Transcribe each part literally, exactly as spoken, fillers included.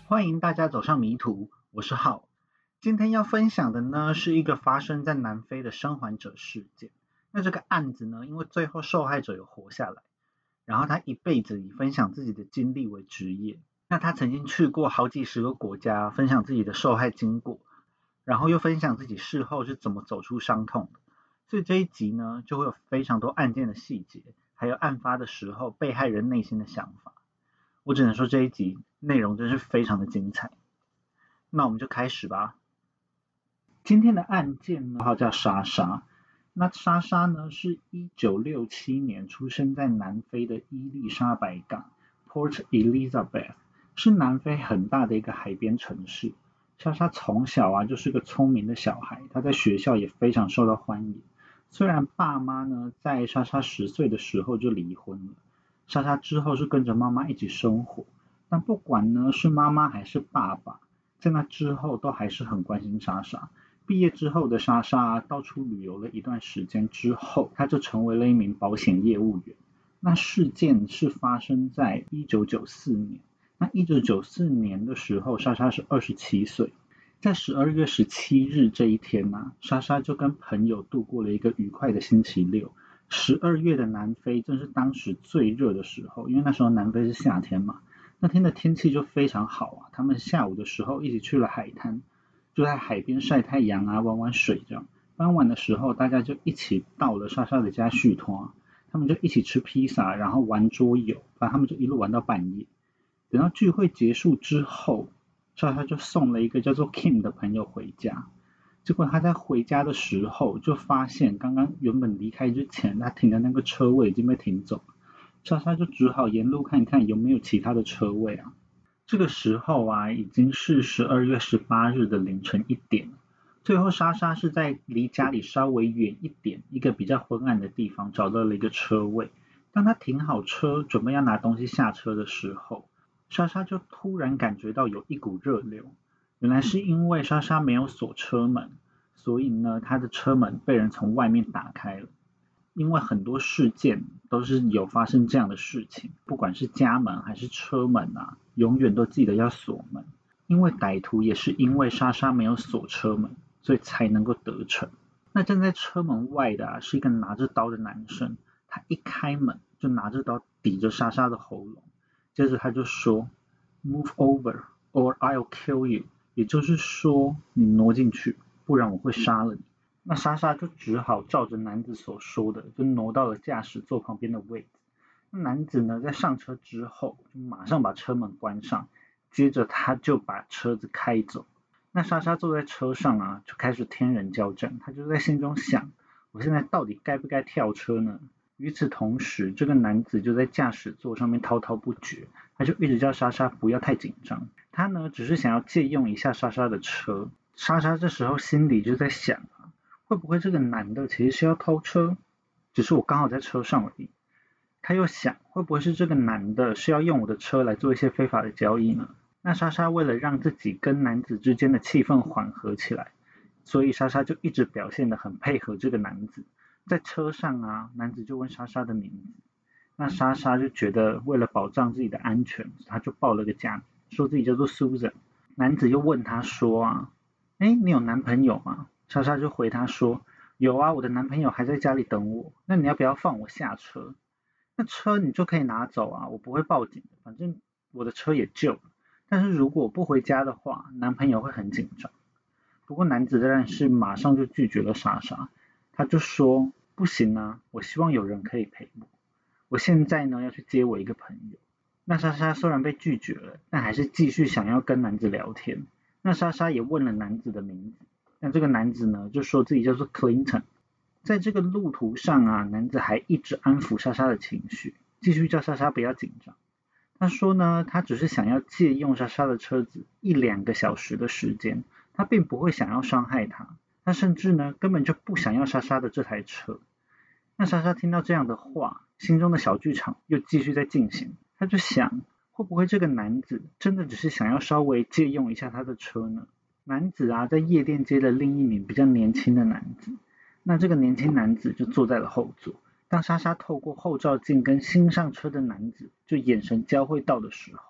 欢迎大家走上迷途，我是浩。今天要分享的呢是一个发生在南非的生还者事件。那这个案子呢，因为最后受害者有活下来，然后他一辈子以分享自己的经历为职业。那他曾经去过好几十个国家，分享自己的受害经过，然后又分享自己事后是怎么走出伤痛的。所以这一集呢，就会有非常多案件的细节，还有案发的时候被害人内心的想法。我只能说这一集内容真是非常的精彩。那我们就开始吧。今天的案件呢，它叫莎莎。那莎莎呢，是一九六七年出生在南非的伊丽莎白港 （Port Elizabeth），是南非很大的一个海边城市。莎莎从小啊就是个聪明的小孩，她在学校也非常受到欢迎。虽然爸妈呢在莎莎十岁的时候就离婚了，莎莎之后是跟着妈妈一起生活，但不管呢是妈妈还是爸爸，在那之后都还是很关心莎莎。毕业之后的莎莎到处旅游了一段时间之后，她就成为了一名保险业务员。那事件是发生在一九九四年。那一九九四年的时候，莎莎是二十七岁。在十二月十七日这一天呢、啊，莎莎就跟朋友度过了一个愉快的星期六。十二月的南非正是当时最热的时候，因为那时候南非是夏天嘛。那天的天气就非常好啊，他们下午的时候一起去了海滩，就在海边晒太阳啊，玩玩水这样。傍晚的时候，大家就一起到了莎莎的家续团，他们就一起吃披萨，然后玩桌游，反正他们就一路玩到半夜。等到聚会结束之后，莎莎就送了一个叫做 Kim 的朋友回家。结果他在回家的时候，就发现刚刚原本离开之前他停的那个车位已经被停走了。莎莎就只好沿路看看有没有其他的车位啊。这个时候啊，已经是十二月十八日的凌晨一点了。最后莎莎是在离家里稍微远一点，一个比较昏暗的地方找到了一个车位。当她停好车，准备要拿东西下车的时候，莎莎就突然感觉到有一股热流。原来是因为莎莎没有锁车门，所以呢，她的车门被人从外面打开了。因为很多事件都是有发生这样的事情，不管是家门还是车门啊，永远都记得要锁门。因为歹徒也是因为莎莎没有锁车门，所以才能够得逞。那站在车门外的啊，是一个拿着刀的男生，他一开门就拿着刀抵着莎莎的喉咙，接着他就说 "Move over, or I'll kill you"， 也就是说你挪进去，不然我会杀了你。那莎莎就只好照着男子所说的，就挪到了驾驶座旁边的位置。男子呢，在上车之后，就马上把车门关上，接着他就把车子开走。那莎莎坐在车上啊，就开始天人交战，他就在心中想：我现在到底该不该跳车呢？与此同时，这个男子就在驾驶座上面滔滔不绝，他就一直叫莎莎不要太紧张。他呢，只是想要借用一下莎莎的车。莎莎这时候心里就在想啊，会不会这个男的其实是要偷车，只是我刚好在车上而已。他又想，会不会是这个男的是要用我的车来做一些非法的交易呢？那莎莎为了让自己跟男子之间的气氛缓和起来，所以莎莎就一直表现得很配合这个男子。在车上啊，男子就问莎莎的名字，那莎莎就觉得为了保障自己的安全，她就报了个假名，说自己叫做 Susan。男子又问她说啊，哎，你有男朋友吗？莎莎就回他说，有啊，我的男朋友还在家里等我，那你要不要放我下车？那车你就可以拿走啊，我不会报警的，反正我的车也旧了。但是如果我不回家的话，男朋友会很紧张。不过男子当然是马上就拒绝了莎莎，他就说不行啊，我希望有人可以陪我。我现在呢要去接我一个朋友。那莎莎虽然被拒绝了，但还是继续想要跟男子聊天。那莎莎也问了男子的名字，那这个男子呢就说自己叫做 Clinton。在这个路途上啊，男子还一直安抚莎莎的情绪，继续叫莎莎不要紧张。他说呢，他只是想要借用莎莎的车子一两个小时的时间，他并不会想要伤害她，他甚至呢根本就不想要莎莎的这台车。那莎莎听到这样的话，心中的小剧场又继续在进行，他就想，会不会这个男子真的只是想要稍微借用一下他的车呢？男子啊，在夜店接了另一名比较年轻的男子，那这个年轻男子就坐在了后座。当莎莎透过后照镜跟新上车的男子就眼神交汇到的时候，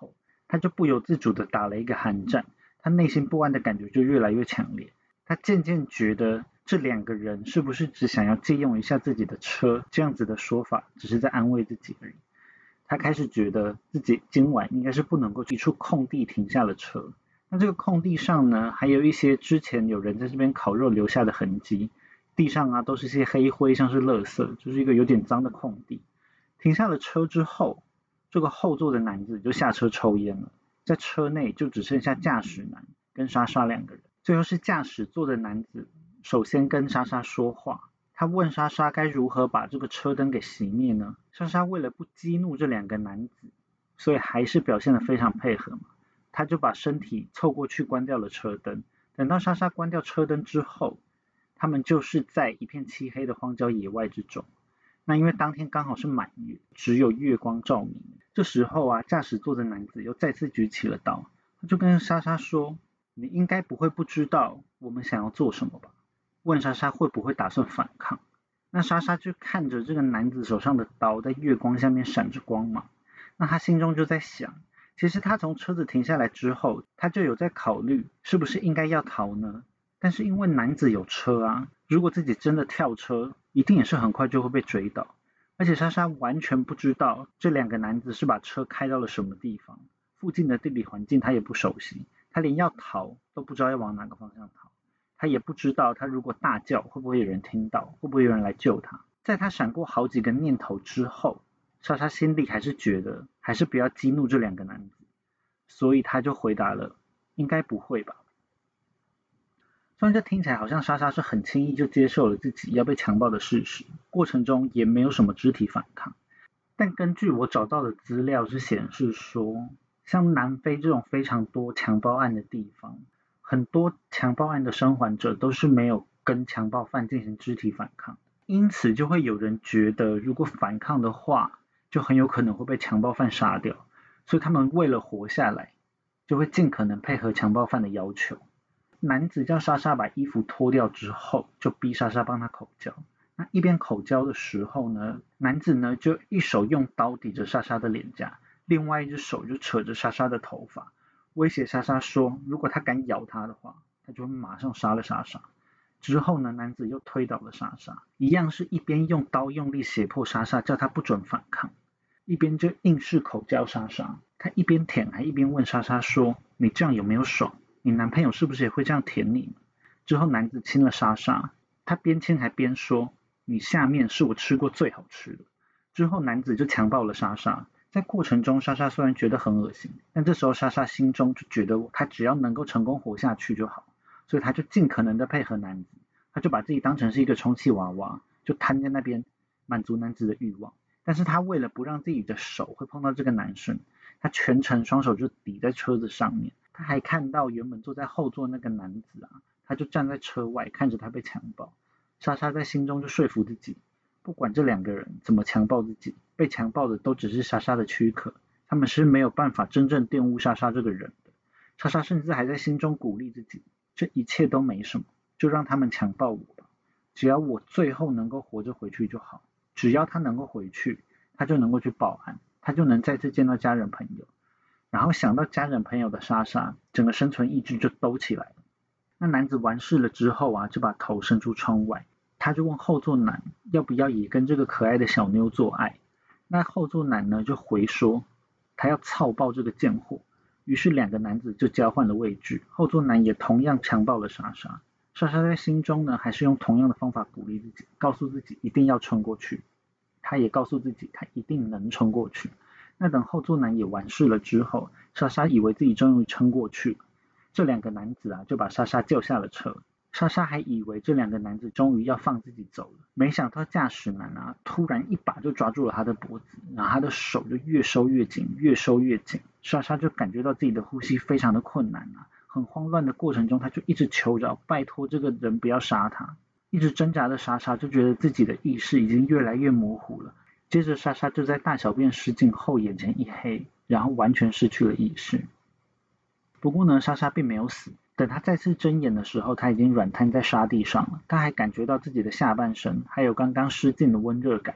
他就不由自主的打了一个寒战，他内心不安的感觉就越来越强烈。他渐渐觉得这两个人是不是只想要借用一下自己的车，这样子的说法只是在安慰自己而已。他开始觉得自己今晚应该是不能够去一处空地停下了车。那这个空地上呢，还有一些之前有人在这边烤肉留下的痕迹，地上啊都是些黑灰，像是垃圾，就是一个有点脏的空地。停下了车之后，这个后座的男子就下车抽烟了，在车内就只剩下驾驶男跟莎莎两个人。最后是驾驶座的男子首先跟莎莎说话，他问莎莎该如何把这个车灯给熄灭呢？莎莎为了不激怒这两个男子，所以还是表现得非常配合嘛，他就把身体凑过去关掉了车灯。等到莎莎关掉车灯之后，他们就是在一片漆黑的荒郊野外之中。那因为当天刚好是满月，只有月光照明。这时候啊，驾驶座的男子又再次举起了刀，他就跟莎莎说，你应该不会不知道我们想要做什么吧？问莎莎会不会打算反抗。那莎莎就看着这个男子手上的刀在月光下面闪着光芒，那他心中就在想，其实他从车子停下来之后，他就有在考虑是不是应该要逃呢？但是因为男子有车啊，如果自己真的跳车，一定也是很快就会被追到。而且莎莎完全不知道这两个男子是把车开到了什么地方，附近的地理环境他也不熟悉，他连要逃都不知道要往哪个方向逃，他也不知道他如果大叫会不会有人听到，会不会有人来救他。在他闪过好几个念头之后，莎莎心里还是觉得还是不要激怒这两个男子，所以他就回答了，应该不会吧。虽然这听起来好像莎莎是很轻易就接受了自己要被强暴的事实，过程中也没有什么肢体反抗，但根据我找到的资料是显示说，像南非这种非常多强暴案的地方，很多强暴案的生还者都是没有跟强暴犯进行肢体反抗，因此就会有人觉得如果反抗的话，就很有可能会被强暴犯杀掉，所以他们为了活下来，就会尽可能配合强暴犯的要求。男子叫莎莎把衣服脱掉之后，就逼莎莎帮他口交。那一边口交的时候呢，男子呢就一手用刀抵着莎莎的脸颊，另外一只手就扯着莎莎的头发，威胁莎莎说，如果他敢咬他的话，他就会马上杀了莎莎。之后呢，男子又推倒了莎莎，一样是一边用刀用力胁迫莎莎，叫她不准反抗，一边就硬是口交莎莎。他一边舔还一边问莎莎说，你这样有没有爽？你男朋友是不是也会这样舔你？之后男子亲了莎莎，他边亲还边说，你下面是我吃过最好吃的。之后男子就强暴了莎莎，在过程中莎莎虽然觉得很恶心，但这时候莎莎心中就觉得她只要能够成功活下去就好，所以她就尽可能的配合男子，她就把自己当成是一个充气娃娃，就瘫在那边满足男子的欲望。但是她为了不让自己的手会碰到这个男生，她全程双手就抵在车子上面。他还看到原本坐在后座那个男子啊，他就站在车外看着他被强暴。莎莎在心中就说服自己，不管这两个人怎么强暴自己，被强暴的都只是莎莎的躯壳，他们是没有办法真正玷污莎莎这个人的。莎莎甚至还在心中鼓励自己，这一切都没什么，就让他们强暴我吧，只要我最后能够活着回去就好。只要他能够回去，他就能够去报案，他就能再次见到家人朋友。然后想到家人朋友的莎莎，整个生存意志就兜起来了。那男子完事了之后啊，就把头伸出窗外，他就问后座男要不要也跟这个可爱的小妞做爱。那后座男呢就回说他要操爆这个贱货。于是两个男子就交换了位置，后座男也同样强暴了莎莎。莎莎在心中呢还是用同样的方法鼓励自己，告诉自己一定要撑过去，他也告诉自己他一定能撑过去。那等后座男也完事了之后，莎莎以为自己终于撑过去了，这两个男子啊就把莎莎救下了车。莎莎还以为这两个男子终于要放自己走了，没想到驾驶男啊突然一把就抓住了他的脖子，然后他的手就越收越紧，越收越紧。莎莎就感觉到自己的呼吸非常的困难啊，很慌乱的过程中，他就一直求饶，拜托这个人不要杀他。一直挣扎的莎莎就觉得自己的意识已经越来越模糊了。接着莎莎就在大小便失禁后眼前一黑，然后完全失去了意识。不过呢，莎莎并没有死，等她再次睁眼的时候，她已经软瘫在沙地上了。她还感觉到自己的下半身还有刚刚失禁的温热感。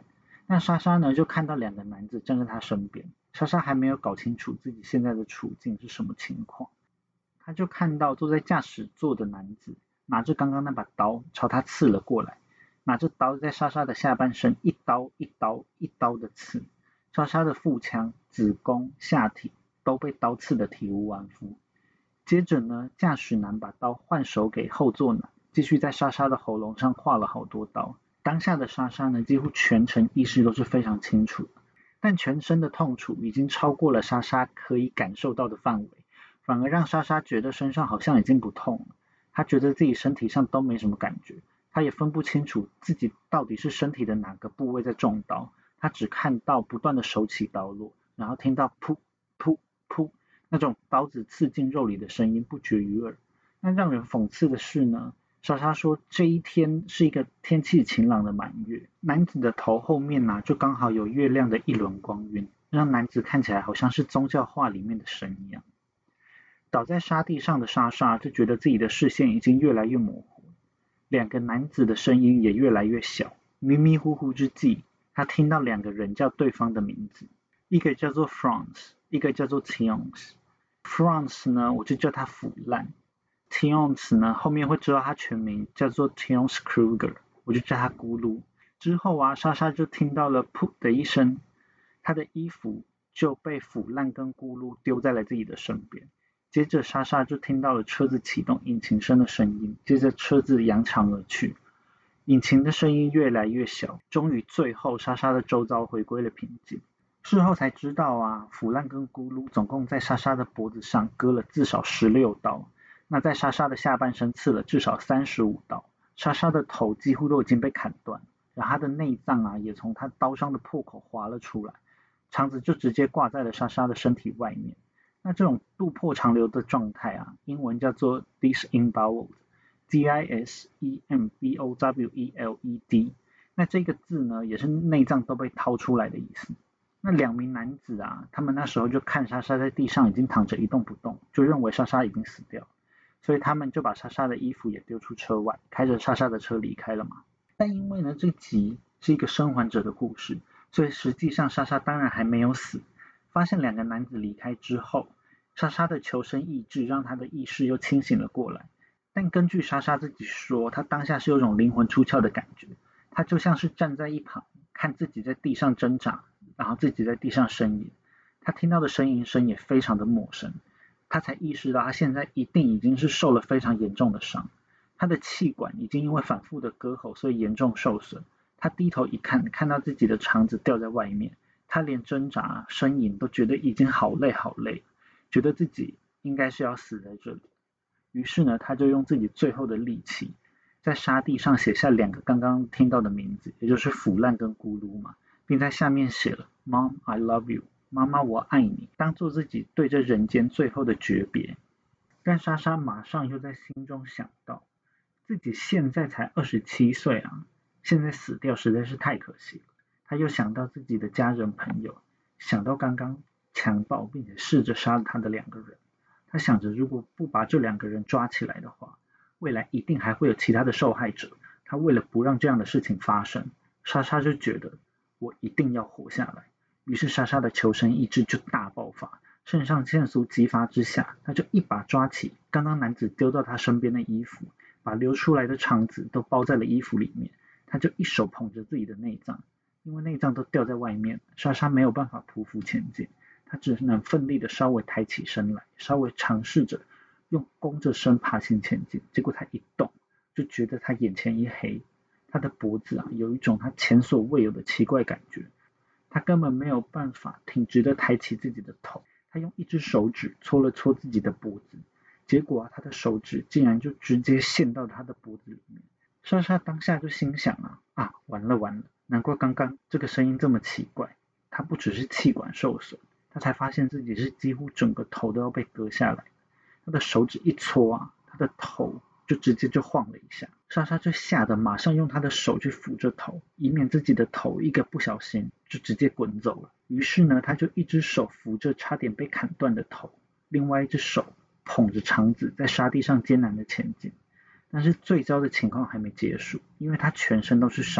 那莎莎呢就看到两个男子站在她身边，莎莎还没有搞清楚自己现在的处境是什么情况，她就看到坐在驾驶座的男子拿着刚刚那把刀朝她刺了过来，拿着刀在莎莎的下半身一刀一刀一刀的刺，莎莎的腹腔、子宫、下体都被刀刺得体无完肤。接着呢，驾驶男把刀换手给后座男，继续在莎莎的喉咙上划了好多刀。当下的莎莎呢，几乎全程意识都是非常清楚的，但全身的痛楚已经超过了莎莎可以感受到的范围，反而让莎莎觉得身上好像已经不痛了。她觉得自己身体上都没什么感觉，她也分不清楚自己到底是身体的哪个部位在中刀。她只看到不断的手起刀落，然后听到噗噗噗那种刀子刺进肉里的声音不绝于耳。那让人讽刺的是呢，莎莎说这一天是一个天气晴朗的满月，男子的头后面啊就刚好有月亮的一轮光晕，让男子看起来好像是宗教画里面的神一样。倒在沙地上的莎莎就觉得自己的视线已经越来越模糊，两个男子的声音也越来越小，迷迷糊糊之际，他听到两个人叫对方的名字，一个叫做 France， 一个叫做 Tions。France 呢，我就叫他腐烂。Tions 呢，后面会知道他全名叫做 Tions Kruger， 我就叫他咕噜。之后啊，莎莎就听到了噗的一声，她的衣服就被腐烂跟咕噜丢在了自己的身边。接着莎莎就听到了车子启动引擎声的声音，接着车子扬长而去，引擎的声音越来越小，终于最后莎莎的周遭回归了平静。事后才知道啊，腐烂跟咕噜总共在莎莎的脖子上割了至少十六刀，那在莎莎的下半身刺了至少三十五刀，莎莎的头几乎都已经被砍断，然后她的内脏啊也从她刀伤的破口滑了出来，肠子就直接挂在了莎莎的身体外面。那这种肚破肠流的状态啊，英文叫做 disemboweled， D I S E M B O W E L E D。那这个字呢，也是内脏都被掏出来的意思。那两名男子啊，他们那时候就看莎莎在地上已经躺着一动不动，就认为莎莎已经死掉了，所以他们就把莎莎的衣服也丢出车外，开着莎莎的车离开了嘛。但因为呢，这集是一个生还者的故事，所以实际上莎莎当然还没有死。发现两个男子离开之后，莎莎的求生意志让她的意识又清醒了过来。但根据莎莎自己说，她当下是有种灵魂出窍的感觉，她就像是站在一旁，看自己在地上挣扎，然后自己在地上呻吟。她听到的呻吟声也非常的陌生，她才意识到她现在一定已经是受了非常严重的伤。她的气管已经因为反复的割喉，所以严重受损。她低头一看，看到自己的肠子掉在外面，她连挣扎、呻吟都觉得已经好累好累，觉得自己应该是要死在这里。于是呢，她就用自己最后的力气，在沙地上写下两个刚刚听到的名字，也就是腐烂跟咕噜嘛，并在下面写了 Mom, I love you， 妈妈我爱你，当做自己对这人间最后的诀别。但莎莎马上又在心中想到，自己现在才二十七岁啊，现在死掉实在是太可惜了。她又想到自己的家人朋友，想到刚刚强暴并且试着杀了她的两个人，她想着如果不把这两个人抓起来的话，未来一定还会有其他的受害者。她为了不让这样的事情发生，莎莎就觉得我一定要活下来。于是莎莎的求生意志就大爆发，肾上腺素激发之下，她就一把抓起刚刚男子丢到她身边的衣服，把流出来的肠子都包在了衣服里面。她就一手捧着自己的内脏，因为内脏都掉在外面，莎莎没有办法匍匐前进，她只能奋力的稍微抬起身来，稍微尝试着用弓着身爬行前进。结果她一动，就觉得她眼前一黑，她的脖子啊有一种她前所未有的奇怪感觉，她根本没有办法挺直的抬起自己的头。她用一只手指搓了搓自己的脖子，结果啊，她的手指竟然就直接陷到她的脖子里面。莎莎当下就心想啊啊，完了完了，难怪刚刚这个声音这么奇怪，她不只是气管受损，她才发现自己是几乎整个头都要被割下来。她的手指一搓啊，她的头就直接就晃了一下。莎莎就吓得马上用她的手去扶着头，以免自己的头一个不小心就直接滚走了。于是呢，她就一只手扶着差点被砍断的头，另外一只手捧着肠子在沙地上艰难的前进。但是最糟的情况还没结束，因为她全身都是伤嘛，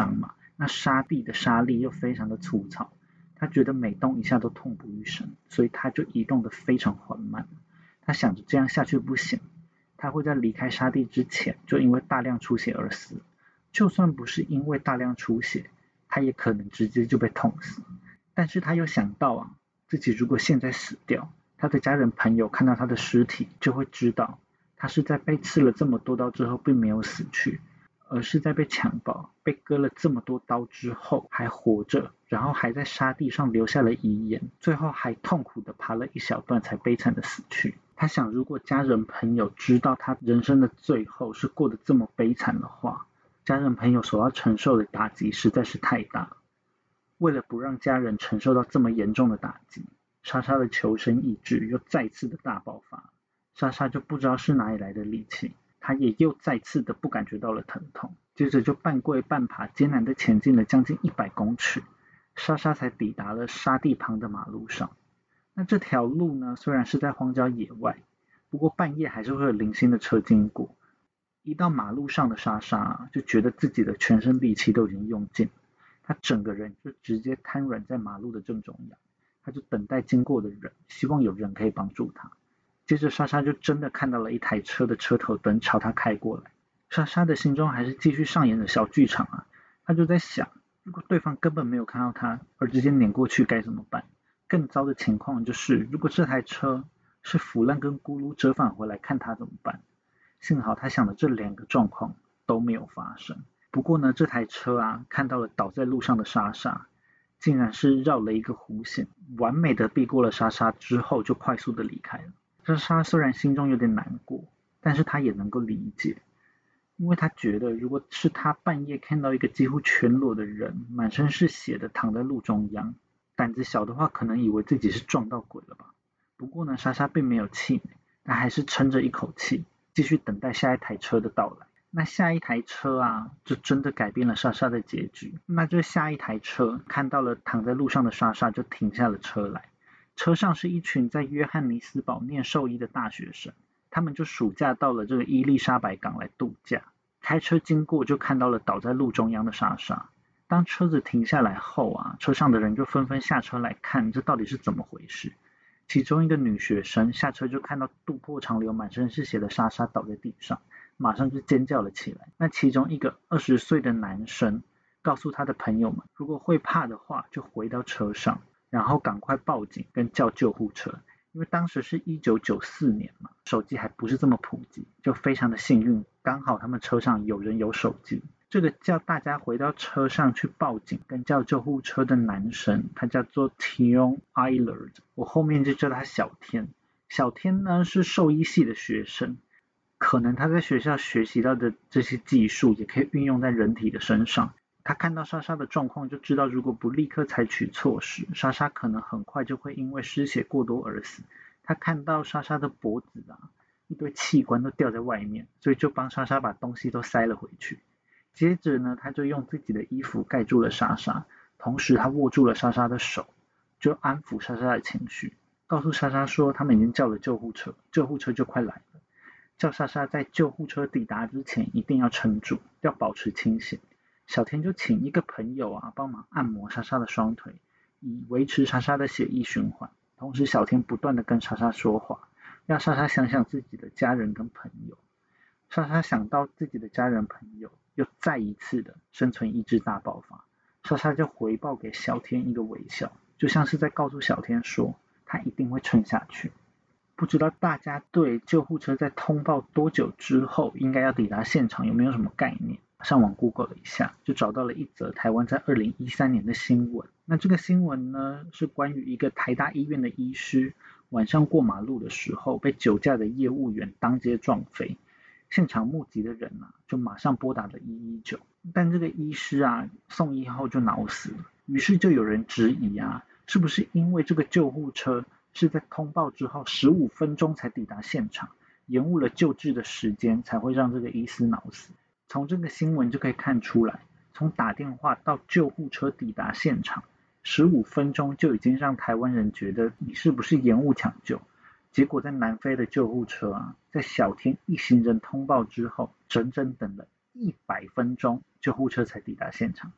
那沙地的沙粒又非常的粗糙，他觉得每动一下都痛不欲生，所以他就移动得非常缓慢。他想着这样下去不行，他会在离开沙地之前就因为大量出血而死。就算不是因为大量出血，他也可能直接就被痛死。但是他又想到啊，自己如果现在死掉，他的家人朋友看到他的尸体就会知道，他是在被刺了这么多刀之后并没有死去，而是在被强暴、被割了这么多刀之后还活着，然后还在沙地上留下了遗言，最后还痛苦的爬了一小段才悲惨的死去。他想，如果家人朋友知道他人生的最后是过得这么悲惨的话，家人朋友所要承受的打击实在是太大了。为了不让家人承受到这么严重的打击，莎莎的求生意志又再次的大爆发。莎莎就不知道是哪里来的力气，她也又再次的不感觉到了疼痛，接着就半跪半爬艰难的前进了将近一百公尺，莎莎才抵达了沙地旁的马路上。那这条路呢，虽然是在荒郊野外，不过半夜还是会有零星的车经过。一到马路上的莎莎就觉得自己的全身力气都已经用尽了，她整个人就直接瘫软在马路的正中央，她就等待经过的人，希望有人可以帮助她。接着莎莎就真的看到了一台车的车头灯朝她开过来，莎莎的心中还是继续上演着小剧场啊，她就在想，如果对方根本没有看到她，而直接碾过去该怎么办？更糟的情况就是，如果这台车是腐烂跟咕噜折返回来看她怎么办？幸好他想的这两个状况都没有发生。不过呢，这台车啊，看到了倒在路上的莎莎，竟然是绕了一个弧线，完美的避过了莎莎之后，就快速的离开了。莎莎虽然心中有点难过，但是她也能够理解，因为她觉得如果是她半夜看到一个几乎全裸的人，满身是血的躺在路中央，胆子小的话可能以为自己是撞到鬼了吧。不过呢，莎莎并没有气馁，她还是撑着一口气，继续等待下一台车的到来。那下一台车啊，就真的改变了莎莎的结局。那这下一台车看到了躺在路上的莎莎，就停下了车来。车上是一群在约翰尼斯堡念兽医的大学生，他们就暑假到了这个伊丽莎白港来度假。开车经过就看到了倒在路中央的莎莎。当车子停下来后啊，车上的人就纷纷下车来看这到底是怎么回事。其中一个女学生下车就看到肚破肠流、满身是血的莎莎倒在地上，马上就尖叫了起来。那其中一个二十岁的男生告诉他的朋友们，如果会怕的话，就回到车上，然后赶快报警跟叫救护车。因为当时是一九九四年嘛，手机还不是这么普及，就非常的幸运，刚好他们车上有人有手机。这个叫大家回到车上去报警跟叫救护车的男生，他叫做 Tion Eilert， 我后面就叫他小天。小天呢是兽医系的学生，可能他在学校学习到的这些技术也可以运用在人体的身上。他看到莎莎的状况就知道，如果不立刻采取措施，莎莎可能很快就会因为失血过多而死。他看到莎莎的脖子啊，一堆器官都掉在外面，所以就帮莎莎把东西都塞了回去。接着呢，他就用自己的衣服盖住了莎莎，同时他握住了莎莎的手，就安抚莎莎的情绪，告诉莎莎说他们已经叫了救护车，救护车就快来了，叫莎莎在救护车抵达之前一定要撑住，要保持清醒。小天就请一个朋友啊帮忙按摩莎莎的双腿，以维持莎莎的血液循环。同时小天不断的跟莎莎说话，让莎莎想想自己的家人跟朋友。莎莎想到自己的家人朋友，又再一次的生存意志大爆发。莎莎就回报给小天一个微笑，就像是在告诉小天说他一定会撑下去。不知道大家对救护车在通报多久之后应该要抵达现场有没有什么概念？上网 Google 了一下，就找到了一则台湾在二零一三年的新闻。那这个新闻呢，是关于一个台大医院的医师晚上过马路的时候被酒驾的业务员当街撞飞。现场目击的人啊，就马上拨打了一一九，但这个医师啊，送医后就脑死了。于是就有人质疑啊，是不是因为这个救护车是在通报之后十五分钟才抵达现场，延误了救治的时间，才会让这个医师脑死。从这个新闻就可以看出来，从打电话到救护车抵达现场，十五分钟就已经让台湾人觉得你是不是延误抢救。结果在南非的救护车啊，在小天一行人通报之后，整整等了一百分钟，救护车才抵达现场。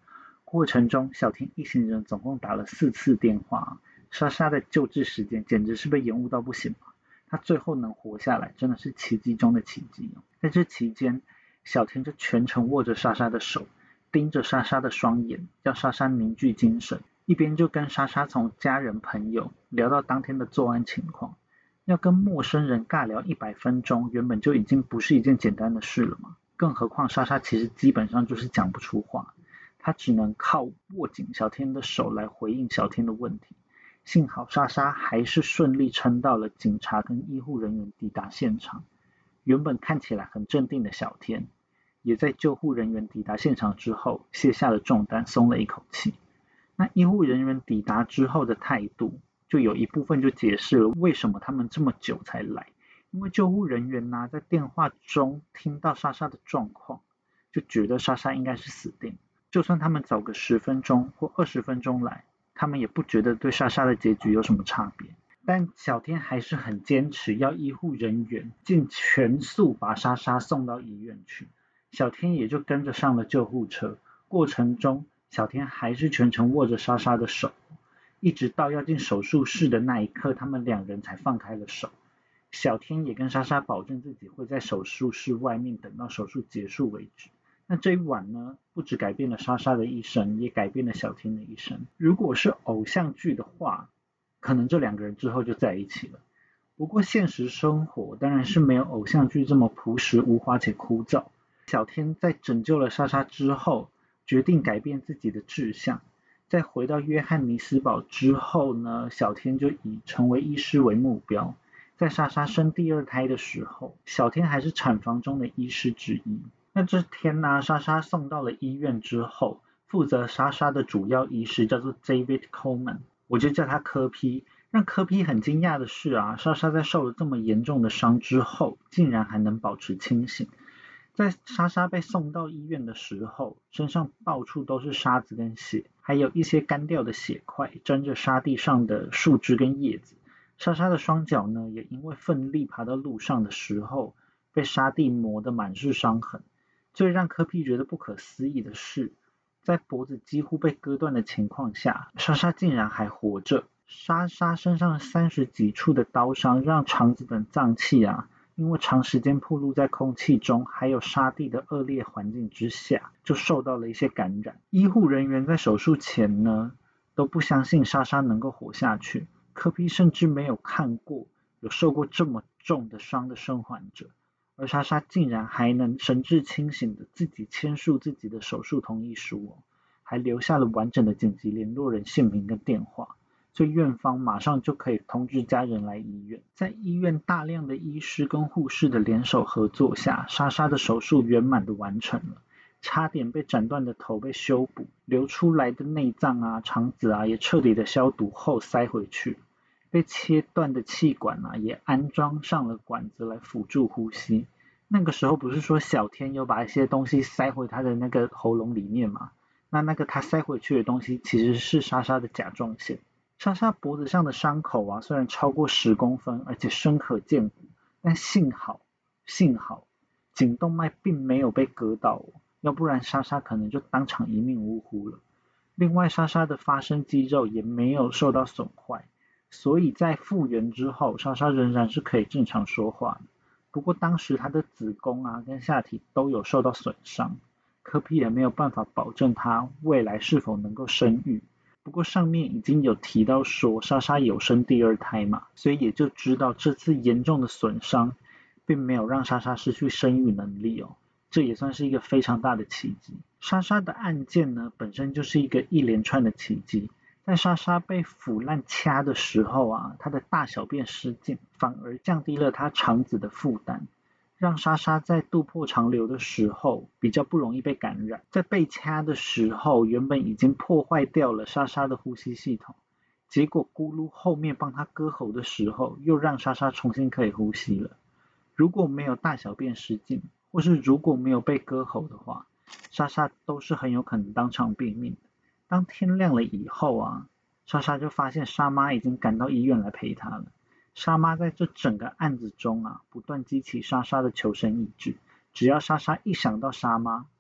过程中，小天一行人总共打了四次电话，莎莎的救治时间简直是被延误到不行。她最后能活下来，真的是奇迹中的奇迹。在这期间，小天就全程握着莎莎的手，盯着莎莎的双眼，叫莎莎凝聚精神，一边就跟莎莎从家人朋友聊到当天的作案情况。要跟陌生人尬聊一百分钟，原本就已经不是一件简单的事了嘛，更何况莎莎其实基本上就是讲不出话。他只能靠握紧小天的手来回应小天的问题。幸好莎莎还是顺利撑到了警察跟医护人员抵达现场。原本看起来很镇定的小天，也在救护人员抵达现场之后卸下了重担，松了一口气。那医护人员抵达之后的态度，就有一部分就解释了为什么他们这么久才来。因为救护人员呢、啊，在电话中听到莎莎的状况，就觉得莎莎应该是死定。就算他们早个十分钟或二十分钟来，他们也不觉得对莎莎的结局有什么差别。但小天还是很坚持要医护人员尽全速把莎莎送到医院去。小天也就跟着上了救护车。过程中，小天还是全程握着莎莎的手，一直到要进手术室的那一刻，他们两人才放开了手。小天也跟莎莎保证自己会在手术室外面等到手术结束为止。那这一晚呢，不只改变了莎莎的一生，也改变了小天的一生。如果是偶像剧的话，可能这两个人之后就在一起了。不过现实生活当然是没有偶像剧这么朴实无华且枯燥。小天在拯救了莎莎之后，决定改变自己的志向。在回到约翰尼斯堡之后呢，小天就以成为医师为目标。在莎莎生第二胎的时候，小天还是产房中的医师之一。那这天呢、啊，莎莎送到了医院之后，负责莎莎的主要医师叫做 David Coleman， 我就叫他柯 P。让柯 P 很惊讶的是啊，莎莎在受了这么严重的伤之后，竟然还能保持清醒。在莎莎被送到医院的时候，身上到处都是沙子跟血，还有一些干掉的血块沾着沙地上的树枝跟叶子。莎莎的双脚呢，也因为奋力爬到路上的时候，被沙地磨得满是伤痕。最让柯 P 觉得不可思议的是，在脖子几乎被割断的情况下，莎莎竟然还活着。莎莎身上三十几处的刀伤，让肠子等脏器啊，因为长时间暴露在空气中，还有沙地的恶劣环境之下，就受到了一些感染。医护人员在手术前呢，都不相信莎莎能够活下去。柯 P 甚至没有看过有受过这么重的伤的生还者。而莎莎竟然还能神志清醒的自己签署自己的手术同意书哦，还留下了完整的紧急联络人姓名跟电话，所以院方马上就可以通知家人来医院。在医院大量的医师跟护士的联手合作下，莎莎的手术圆满的完成了，差点被斩断的头被修补，流出来的内脏啊、肠子啊也彻底的消毒后塞回去。被切断的气管啊，也安装上了管子来辅助呼吸。那个时候不是说小天有把一些东西塞回他的那个喉咙里面吗？那那个他塞回去的东西其实是莎莎的甲状腺。莎莎脖子上的伤口啊，虽然超过十公分，而且深可见骨，但幸好幸好颈动脉并没有被割到哦，要不然莎莎可能就当场一命呜呼了。另外，莎莎的发声肌肉也没有受到损坏。所以在复原之后，莎莎仍然是可以正常说话的。不过当时她的子宫啊跟下体都有受到损伤，柯 P 也没有办法保证她未来是否能够生育。不过上面已经有提到说莎莎有生第二胎嘛，所以也就知道这次严重的损伤并没有让莎莎失去生育能力哦，这也算是一个非常大的奇迹。莎莎的案件呢本身就是一个一连串的奇迹。在莎莎被腐烂掐的时候啊，她的大小便失禁，反而降低了她肠子的负担，让莎莎在肚破肠流的时候比较不容易被感染。在被掐的时候，原本已经破坏掉了莎莎的呼吸系统，结果咕噜后面帮她割喉的时候，又让莎莎重新可以呼吸了。如果没有大小便失禁，或是如果没有被割喉的话，莎莎都是很有可能当场毙命的。当天亮了以后啊，莎莎就发现莎妈已经赶到医院来陪她了。莎妈在这整个案子中啊，不断激起莎莎的求生意志。只要莎莎一想到莎妈，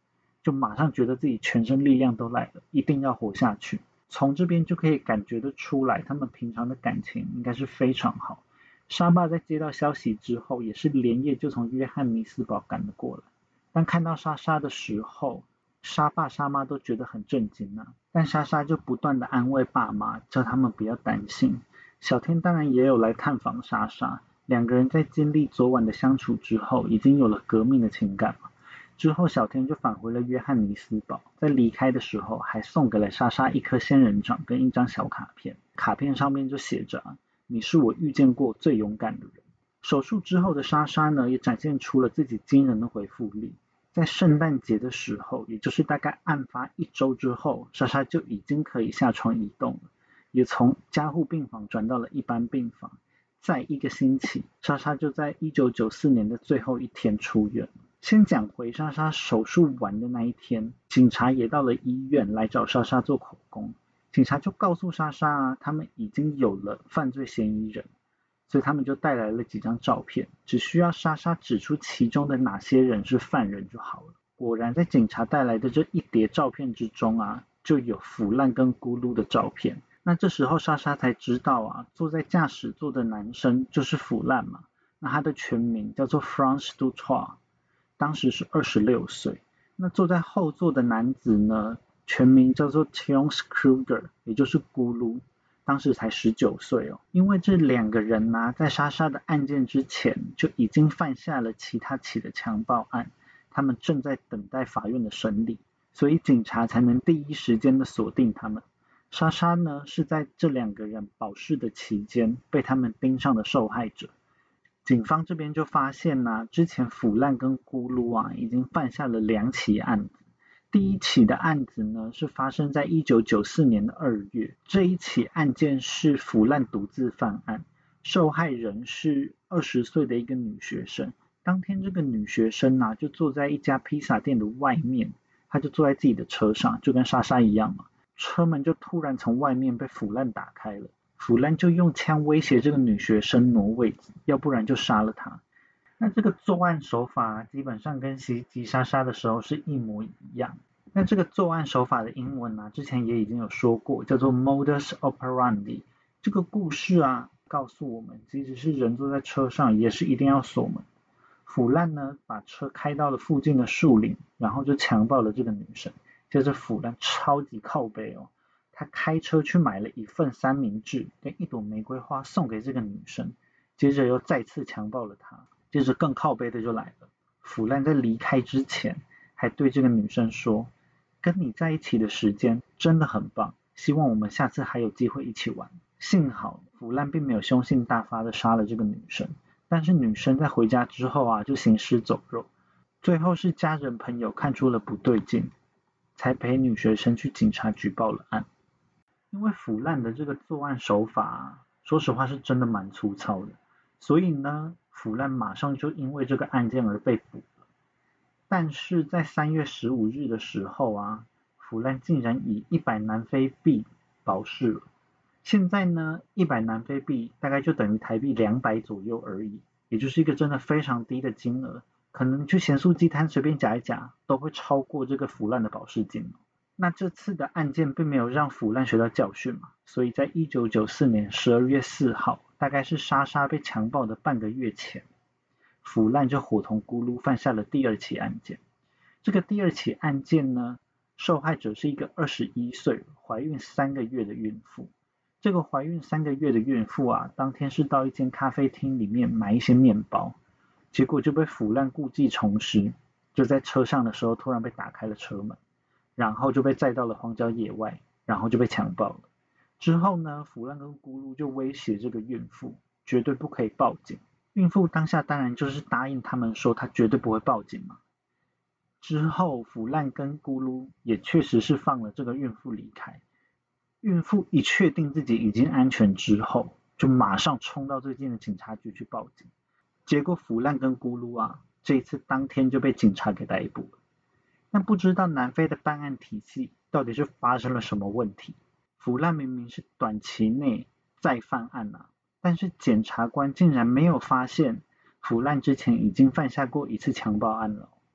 就马上觉得自己全身力量都来了，一定要活下去。从这边就可以感觉得出来，他们平常的感情应该是非常好。沙爸在接到消息之后，也是连夜就从约翰尼斯堡赶了过来。当看到莎莎的时候，沙爸沙妈都觉得很震惊啊，但莎莎就不断的安慰爸妈，叫他们不要担心。小天当然也有来探访莎莎，两个人在经历昨晚的相处之后，已经有了革命的情感嘛。之后小天就返回了约翰尼斯堡，在离开的时候还送给了莎莎一颗仙人掌跟一张小卡片，卡片上面就写着你是我遇见过最勇敢的人。手术之后的莎莎呢，也展现出了自己惊人的回复力。在圣诞节的时候，也就是大概案发一周之后，莎莎就已经可以下床移动了，也从加护病房转到了一般病房。再一个星期，莎莎就在一九九四年的最后一天出院。先讲回莎莎手术完的那一天，警察也到了医院来找莎莎做口供。警察就告诉莎莎啊，他们已经有了犯罪嫌疑人，所以他们就带来了几张照片，只需要莎莎指出其中的哪些人是犯人就好了。果然在警察带来的这一叠照片之中啊，就有腐烂跟咕噜的照片。那这时候莎莎才知道啊，坐在驾驶座的男生就是腐烂嘛。那他的全名叫做 Franz Dutoit， 当时是二十六岁。那坐在后座的男子呢，全名叫做 Thierry Kruger， 也就是咕噜，当时才十九岁哦。因为这两个人呢、啊，在莎莎的案件之前就已经犯下了其他起的强暴案，他们正在等待法院的审理，所以警察才能第一时间的锁定他们。莎莎呢，是在这两个人保释的期间被他们盯上的受害者。警方这边就发现啊，之前腐烂跟咕噜啊已经犯下了两起案子。第一起的案子呢，是发生在一九九四年的二月。这一起案件是腐烂独自犯案，受害人是二十岁的一个女学生。当天这个女学生啊，就坐在一家披萨店的外面，她就坐在自己的车上，就跟莎莎一样嘛。车门就突然从外面被腐烂打开了，腐烂就用枪威胁这个女学生挪位置，要不然就杀了她。那这个作案手法基本上跟袭击莎莎的时候是一模一样。那这个作案手法的英文啊，之前也已经有说过，叫做 modus operandi。这个故事啊，告诉我们，即使是人坐在车上，也是一定要锁门。腐烂呢，把车开到了附近的树林，然后就强暴了这个女生。接着腐烂超级靠北哦，他开车去买了一份三明治跟一朵玫瑰花送给这个女生，接着又再次强暴了她。接着更靠北的就来了，腐烂在离开之前还对这个女生说，跟你在一起的时间真的很棒，希望我们下次还有机会一起玩。幸好腐烂并没有凶性大发的杀了这个女生，但是女生在回家之后啊，就行尸走肉。最后是家人朋友看出了不对劲，才陪女学生去警察局报了案。因为腐烂的这个作案手法啊，说实话是真的蛮粗糙的，所以呢，腐烂马上就因为这个案件而被捕了。但是在三月十五日的时候啊，腐烂竟然以一百南非币保释了。现在呢，一百南非币大概就等于台币两百左右而已，也就是一个真的非常低的金额。可能去咸酥鸡摊随便夹一夹，都会超过这个腐烂的保释金。那这次的案件并没有让腐烂学到教训嘛，所以在一九九四年十二月四号，大概是莎莎被强暴的半个月前，腐烂就伙同咕噜犯下了第二起案件。这个第二起案件呢，受害者是一个二十一岁、怀孕三个月的孕妇。这个怀孕三个月的孕妇啊，当天是到一间咖啡厅里面买一些面包，结果就被腐烂故技重施，就在车上的时候突然被打开了车门，然后就被载到了荒郊野外，然后就被强暴了。之后呢，腐烂跟咕噜就威胁这个孕妇，绝对不可以报警。孕妇当下当然就是答应他们说她绝对不会报警嘛。之后腐烂跟咕噜也确实是放了这个孕妇离开。孕妇一确定自己已经安全之后，就马上冲到最近的警察局去报警。结果腐烂跟咕噜啊，这一次当天就被警察给逮捕了。但不知道南非的办案体系到底是发生了什么问题。腐烂明明是短期内再犯案啊，但是检察官竟然没有发现腐烂之前已经犯下过一次强暴案了。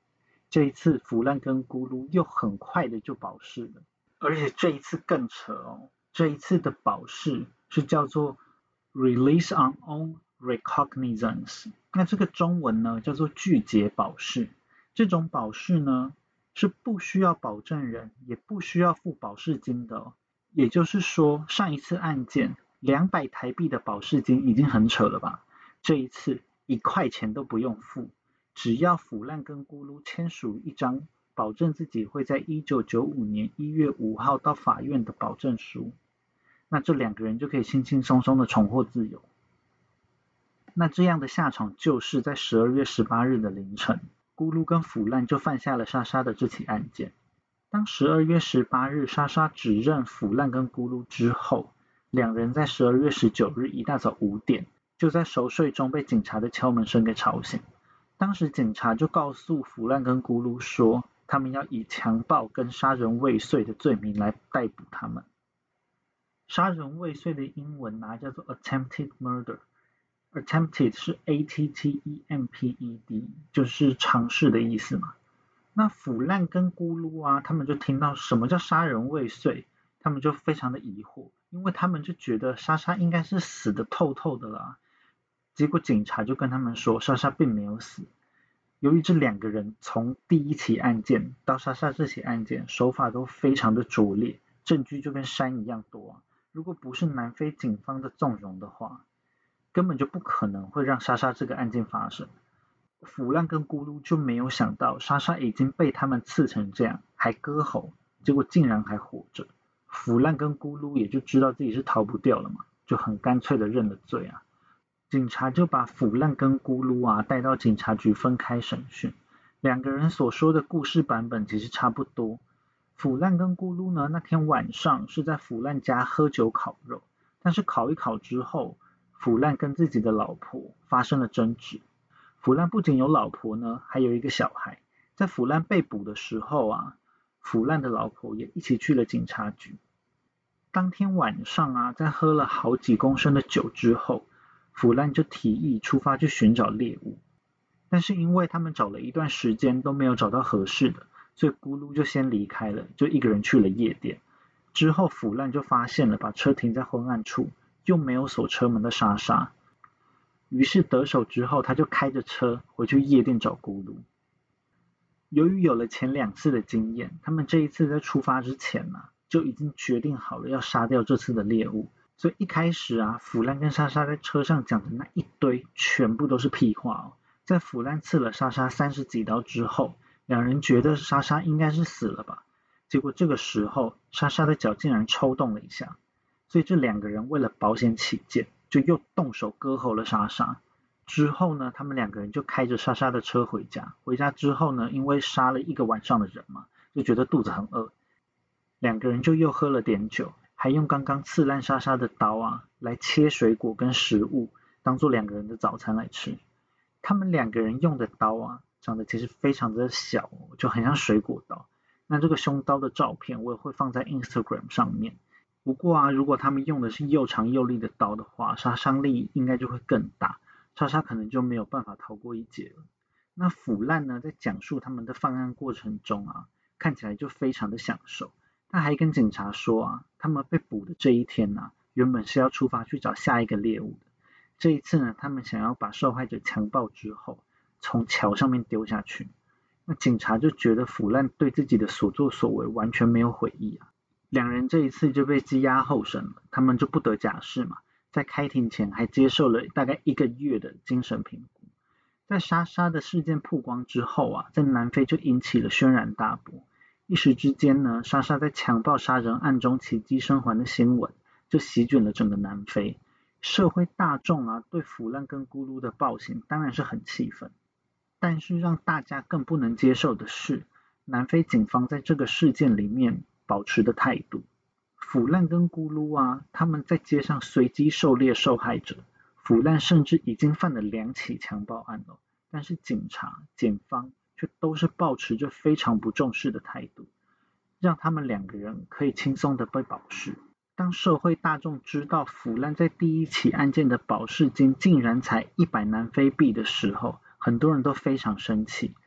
这一次腐烂跟咕噜又很快的就保释了，而且这一次更扯哦，这一次的保释是叫做 Release on own recognizance， 那这个中文呢叫做拒绝保释。这种保释呢是不需要保证人，也不需要付保释金的哦。也就是说，上一次案件两百台币的保释金已经很扯了吧？这一次一块钱都不用付，只要腐烂跟咕噜签署一张保证自己会在一九九五年一月五号到法院的保证书，那这两个人就可以轻轻松松的重获自由。那这样的下场就是在十二月十八日的凌晨，咕噜跟腐烂就犯下了莎莎的这起案件。当十二月十八日莎莎指认腐烂跟咕噜之后，两人在十二月十九日一大早五点，就在熟睡中被警察的敲门声给吵醒。当时警察就告诉腐烂跟咕噜说，他们要以强暴跟杀人未遂的罪名来逮捕他们。杀人未遂的英文啊叫做 attempted murder，attempted 是 A T T E M P E D， 就是尝试的意思嘛。那腐烂跟咕噜啊，他们就听到什么叫杀人未遂，他们就非常的疑惑，因为他们就觉得莎莎应该是死得透透的啦。结果警察就跟他们说，莎莎并没有死。由于这两个人从第一起案件到莎莎这起案件，手法都非常的拙劣，证据就跟山一样多啊。如果不是南非警方的纵容的话，根本就不可能会让莎莎这个案件发生。腐烂跟咕噜就没有想到莎莎已经被他们刺成这样，还割喉，结果竟然还活着。腐烂跟咕噜也就知道自己是逃不掉了嘛，就很干脆的认了罪啊。警察就把腐烂跟咕噜啊带到警察局分开审讯，两个人所说的故事版本其实差不多。腐烂跟咕噜呢，那天晚上是在腐烂家喝酒烤肉，但是烤一烤之后，腐烂跟自己的老婆发生了争执。腐烂不仅有老婆呢，还有一个小孩。在腐烂被捕的时候啊，腐烂的老婆也一起去了警察局。当天晚上啊，在喝了好几公升的酒之后，腐烂就提议出发去寻找猎物，但是因为他们找了一段时间都没有找到合适的，所以咕噜就先离开了，就一个人去了夜店。之后腐烂就发现了把车停在昏暗处又没有锁车门的莎莎，于是得手之后他就开着车回去夜店找咕噜。由于有了前两次的经验，他们这一次在出发之前啊，就已经决定好了要杀掉这次的猎物。所以一开始啊，腐烂跟莎莎在车上讲的那一堆全部都是屁话哦。在腐烂刺了莎莎三十几刀之后，两人觉得莎莎应该是死了吧，结果这个时候莎莎的脚竟然抽动了一下，所以这两个人为了保险起见，就又动手割喉了莎莎。之后呢，他们两个人就开着莎莎的车回家。回家之后呢，因为杀了一个晚上的人嘛，就觉得肚子很饿，两个人就又喝了点酒，还用刚刚刺烂莎莎的刀啊，来切水果跟食物，当做两个人的早餐来吃。他们两个人用的刀啊，长得其实非常的小，就很像水果刀。那这个凶刀的照片我也会放在 Instagram 上面。不过啊，如果他们用的是又长又利的刀的话，杀伤力应该就会更大，莎莎可能就没有办法逃过一劫了。那腐烂呢，在讲述他们的犯案过程中啊，看起来就非常的享受。他还跟警察说啊，他们被捕的这一天啊，原本是要出发去找下一个猎物的。这一次呢，他们想要把受害者强暴之后，从桥上面丢下去。那警察就觉得腐烂对自己的所作所为完全没有悔意啊。两人这一次就被羁押候审了，他们就不得假释嘛。在开庭前还接受了大概一个月的精神评估。在莎莎的事件曝光之后啊，在南非就引起了轩然大波。一时之间呢，莎莎在强暴杀人案中奇迹生还的新闻就席卷了整个南非。社会大众啊，对腐烂跟咕噜的暴行当然是很气愤，但是让大家更不能接受的是，南非警方在这个事件里面保持的态度。腐烂跟咕噜啊，他们在街上随机狩猎受害者。腐烂甚至已经犯了两起强暴案了，但是警察、检方却都是抱持着非常不重视的态度，让他们两个人可以轻松的被保释。当社会大众知道腐烂在第一起案件的保释金竟然才一百南非币的时候，很多人都非常生气。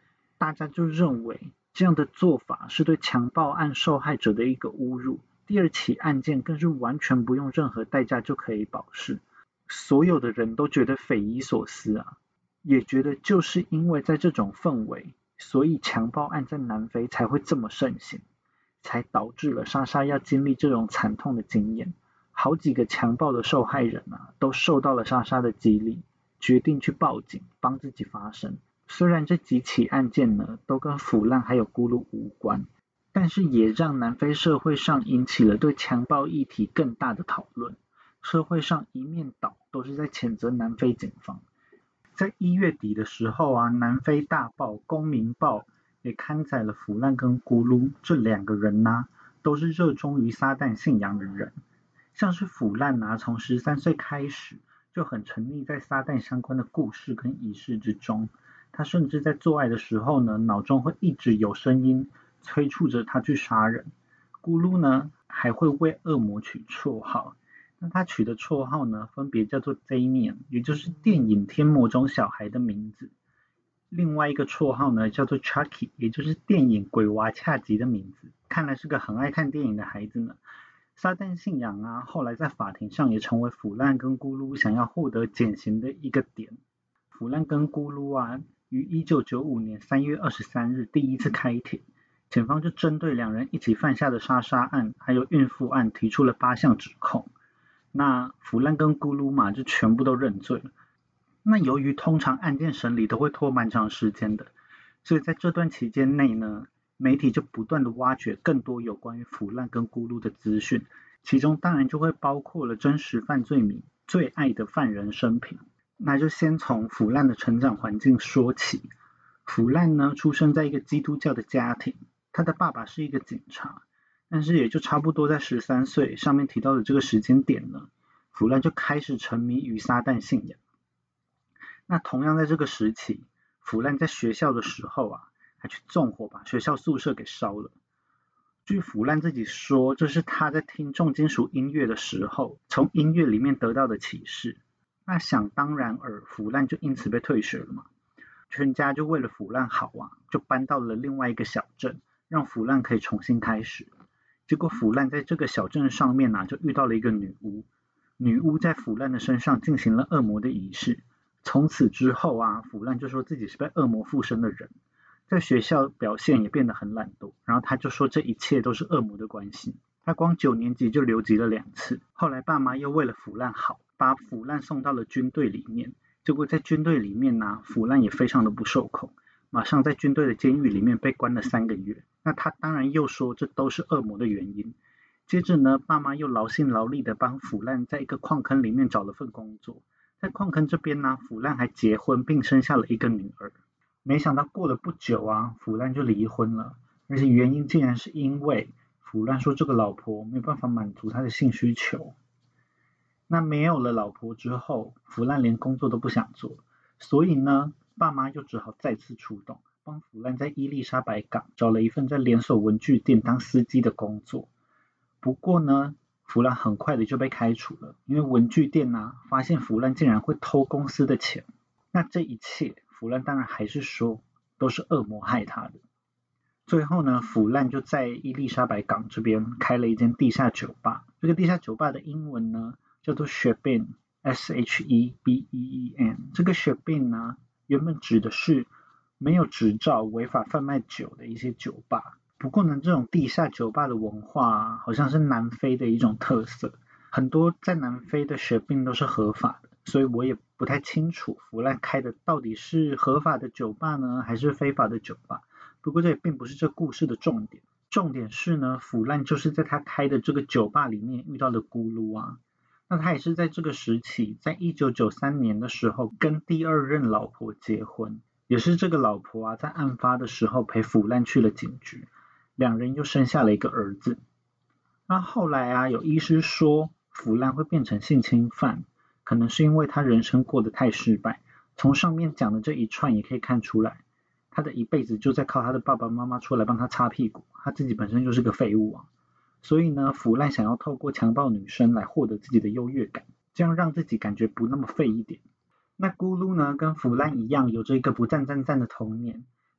大家就认为这样的做法是对强暴案受害者的一个侮辱，第二起案件更是完全不用任何代价就可以保释，所有的人都觉得匪夷所思啊，也觉得就是因为在这种氛围，所以强暴案在南非才会这么盛行，才导致了莎莎要经历这种惨痛的经验。好几个强暴的受害人啊，都受到了莎莎的激励，决定去报警帮自己发声。虽然这几起案件呢都跟腐烂还有咕噜无关，但是也让南非社会上引起了对强暴议题更大的讨论。社会上一面倒都是在谴责南非警方。在一月底的时候啊，南非大报《公民报》也刊载了腐烂跟咕噜这两个人啊，都是热衷于撒旦信仰的人。像是腐烂啊，从十三岁开始就很沉溺在撒旦相关的故事跟仪式之中。他甚至在做爱的时候呢，脑中会一直有声音催促着他去杀人。咕噜呢，还会为恶魔取绰号。那他取的绰号呢，分别叫做 Damien， 也就是电影《天魔》中小孩的名字。另外一个绰号呢，叫做 Chucky， 也就是电影《鬼娃恰吉》的名字。看来是个很爱看电影的孩子呢。撒旦信仰啊，后来在法庭上也成为腐烂跟咕噜想要获得减刑的一个点。腐烂跟咕噜啊，于一九九五年三月二十三日第一次开庭，检方就针对两人一起犯下的杀杀案还有孕妇案提出了八项指控。那腐烂跟咕噜嘛，就全部都认罪了。那由于通常案件审理都会拖蛮长时间的，所以在这段期间内呢，媒体就不断的挖掘更多有关于腐烂跟咕噜的资讯，其中当然就会包括了真实犯罪名最爱的犯人生平。那就先从腐烂的成长环境说起。腐烂呢，出生在一个基督教的家庭，他的爸爸是一个警察，但是也就差不多在十三岁上面提到的这个时间点呢，腐烂就开始沉迷于撒旦信仰。那同样在这个时期，腐烂在学校的时候啊，还去纵火把学校宿舍给烧了。据腐烂自己说，这是他在听重金属音乐的时候，从音乐里面得到的启示。那想当然尔，腐烂就因此被退学了嘛。全家就为了腐烂好啊，就搬到了另外一个小镇，让腐烂可以重新开始。结果腐烂在这个小镇上面啊，就遇到了一个女巫。女巫在腐烂的身上进行了恶魔的仪式。从此之后啊，腐烂就说自己是被恶魔附身的人，在学校表现也变得很懒惰，然后他就说这一切都是恶魔的关系。他光九年级就留级了两次，后来爸妈又为了腐烂好，把腐烂送到了军队里面。结果在军队里面呢、啊，腐烂也非常的不受控，马上在军队的监狱里面被关了三个月。那他当然又说这都是恶魔的原因。接着呢，爸妈又劳心劳力的帮腐烂在一个矿坑里面找了份工作。在矿坑这边呢，腐烂还结婚并生下了一个女儿。没想到过了不久啊，腐烂就离婚了，而且原因竟然是因为腐烂说这个老婆没办法满足他的性需求。那没有了老婆之后，腐烂连工作都不想做，所以呢，爸妈就只好再次出动，帮腐烂在伊丽莎白港找了一份在连锁文具店当司机的工作。不过呢，腐烂很快的就被开除了，因为文具店啊发现腐烂竟然会偷公司的钱。那这一切，腐烂当然还是说都是恶魔害他的。最后呢，腐烂就在伊丽莎白港这边开了一间地下酒吧。这个地下酒吧的英文呢叫做 Shebeen S H E B E E N。 这个 Shebeen 呢原本指的是没有执照违法贩卖酒的一些酒吧。不过呢，这种地下酒吧的文化啊，好像是南非的一种特色，很多在南非的 Shebeen 都是合法的，所以我也不太清楚腐烂开的到底是合法的酒吧呢，还是非法的酒吧。不过这也并不是这故事的重点，重点是呢，腐烂就是在他开的这个酒吧里面遇到了咕噜啊。那他也是在这个时期，在一九九三年的时候跟第二任老婆结婚，也是这个老婆啊，在案发的时候陪腐烂去了警局，两人又生下了一个儿子。那后来啊，有医师说腐烂会变成性侵犯，可能是因为他人生过得太失败。从上面讲的这一串也可以看出来，他的一辈子就在靠他的爸爸妈妈出来帮他擦屁股，他自己本身就是个废物啊。所以呢，腐烂想要透过强暴女生来获得自己的优越感，这样让自己感觉不那么废一点。那咕噜呢，跟腐烂一样，有着一个不赞赞赞的童年。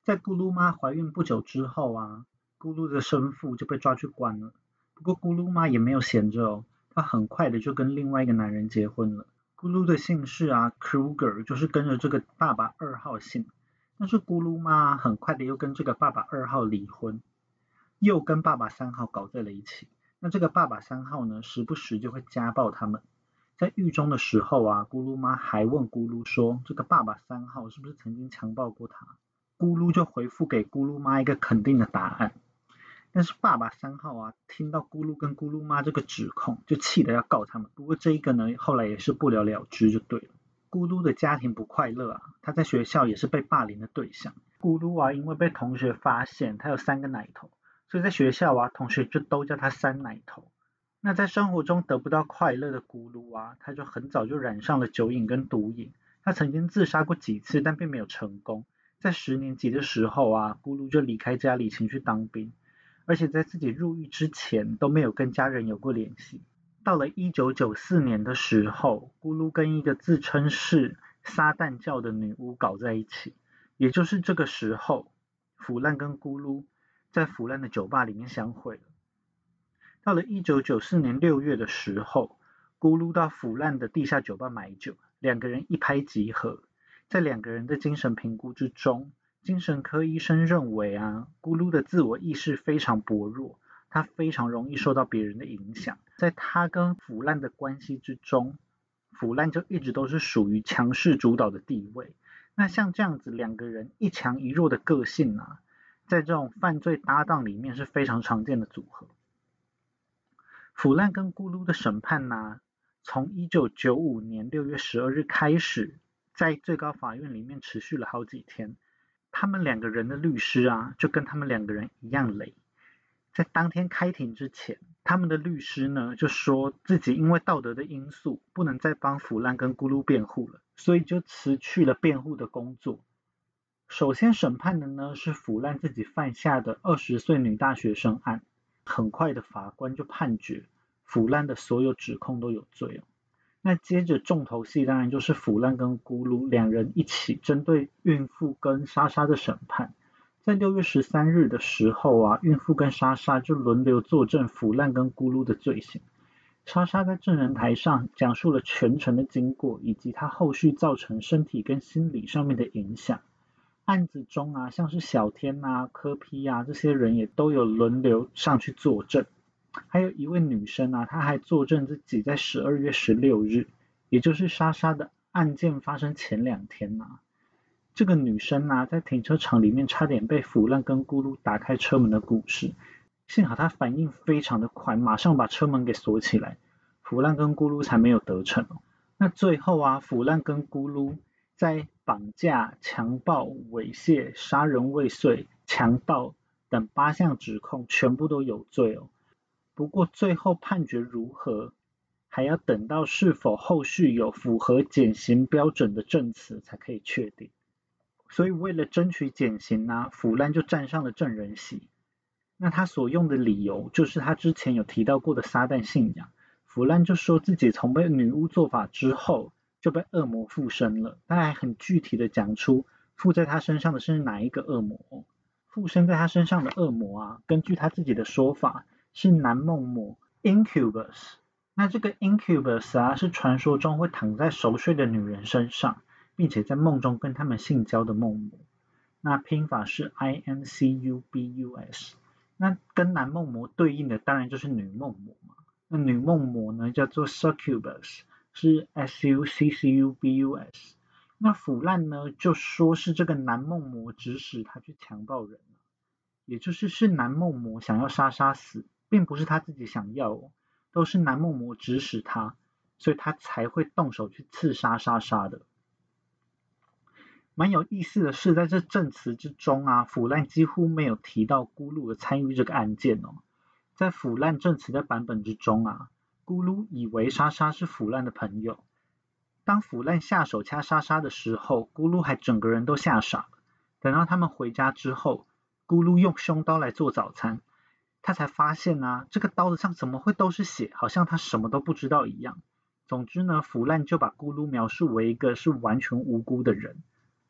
在咕噜妈怀孕不久之后啊，咕噜的生父就被抓去关了。不过咕噜妈也没有闲着哦，她很快的就跟另外一个男人结婚了。咕噜的姓氏啊 Kruger 就是跟着这个爸爸二号姓，但是咕噜妈很快的又跟这个爸爸二号离婚，又跟爸爸三号搞在了一起。那这个爸爸三号呢，时不时就会家暴他们。在狱中的时候啊，咕噜妈还问咕噜说，这个爸爸三号是不是曾经强暴过他？咕噜就回复给咕噜妈一个肯定的答案。但是爸爸三号啊，听到咕噜跟咕噜妈这个指控，就气得要告他们。不过这一个呢，后来也是不了了之就对了。咕噜的家庭不快乐啊，他在学校也是被霸凌的对象。咕噜啊，因为被同学发现他有三个奶头，所以在学校啊，同学就都叫他三奶头。那在生活中得不到快乐的咕噜啊，他就很早就染上了酒瘾跟毒瘾。他曾经自杀过几次，但并没有成功。在十年级的时候啊，咕噜就离开家里前去当兵。而且在自己入狱之前都没有跟家人有过联系。到了一九九四年的时候，咕噜跟一个自称是撒旦教的女巫搞在一起。也就是这个时候，腐烂跟咕噜在腐烂的酒吧里面相会了。到了一九九四年六月的时候，咕噜到腐烂的地下酒吧买酒，两个人一拍即合。在两个人的精神评估之中，精神科医生认为啊，咕噜的自我意识非常薄弱，他非常容易受到别人的影响。在他跟腐烂的关系之中，腐烂就一直都是属于强势主导的地位。那像这样子两个人一强一弱的个性啊，在这种犯罪搭档里面是非常常见的组合。腐烂跟咕噜的审判啊，从一九九五年六月十二日开始，在最高法院里面持续了好几天。他们两个人的律师啊，就跟他们两个人一样累。在当天开庭之前，他们的律师呢就说自己因为道德的因素，不能再帮腐烂跟咕噜辩护了，所以就辞去了辩护的工作。首先审判的呢是腐烂自己犯下的二十岁女大学生案，很快的法官就判决腐烂的所有指控都有罪哦。那接着重头戏当然就是腐烂跟咕噜两人一起针对孕妇跟莎莎的审判。在六月十三日的时候啊，孕妇跟莎莎就轮流作证腐烂跟咕噜的罪行。莎莎在证人台上讲述了全程的经过，以及她后续造成身体跟心理上面的影响。案子中啊，像是小天啊、柯 P 啊这些人也都有轮流上去作证。还有一位女生啊，她还作证自己在十二月十六日，也就是莎莎的案件发生前两天啊，这个女生啊，在停车场里面差点被腐烂跟咕噜打开车门的故事。幸好她反应非常的快，马上把车门给锁起来，腐烂跟咕噜才没有得逞哦。那最后啊，腐烂跟咕噜在绑架、强暴、猥亵、杀人未遂、强盗等八项指控全部都有罪哦。不过最后判决如何，还要等到是否后续有符合减刑标准的证词才可以确定。所以为了争取减刑啊，腐烂就站上了证人席。那他所用的理由就是他之前有提到过的撒旦信仰。腐烂就说自己从被女巫做法之后就被恶魔附身了，他还很具体的讲出附在他身上的是哪一个恶魔。附身在他身上的恶魔啊，根据他自己的说法是男梦魔 Incubus。 那这个 Incubus 啊，是传说中会躺在熟睡的女人身上，并且在梦中跟他们性交的梦魔。那拼法是 I N C U B U S。 那跟男梦魔对应的当然就是女梦魔嘛。那女梦魔呢叫做 Succubus， 是 S U C C U B U S。 那腐烂呢就说是这个男梦魔指使他去强暴人，也就是是男梦魔想要莎莎死，并不是他自己想要哦，都是男梦魔指使他，所以他才会动手去刺杀莎莎的。蛮有意思的是，在这证词之中啊，腐烂几乎没有提到咕噜的参与这个案件哦。在腐烂证词的版本之中啊，咕噜以为莎莎是腐烂的朋友。当腐烂下手掐莎莎的时候，咕噜还整个人都吓傻了。等到他们回家之后，咕噜用凶刀来做早餐，他才发现啊，这个刀子上怎么会都是血，好像他什么都不知道一样。总之呢，腐烂就把咕噜描述为一个是完全无辜的人。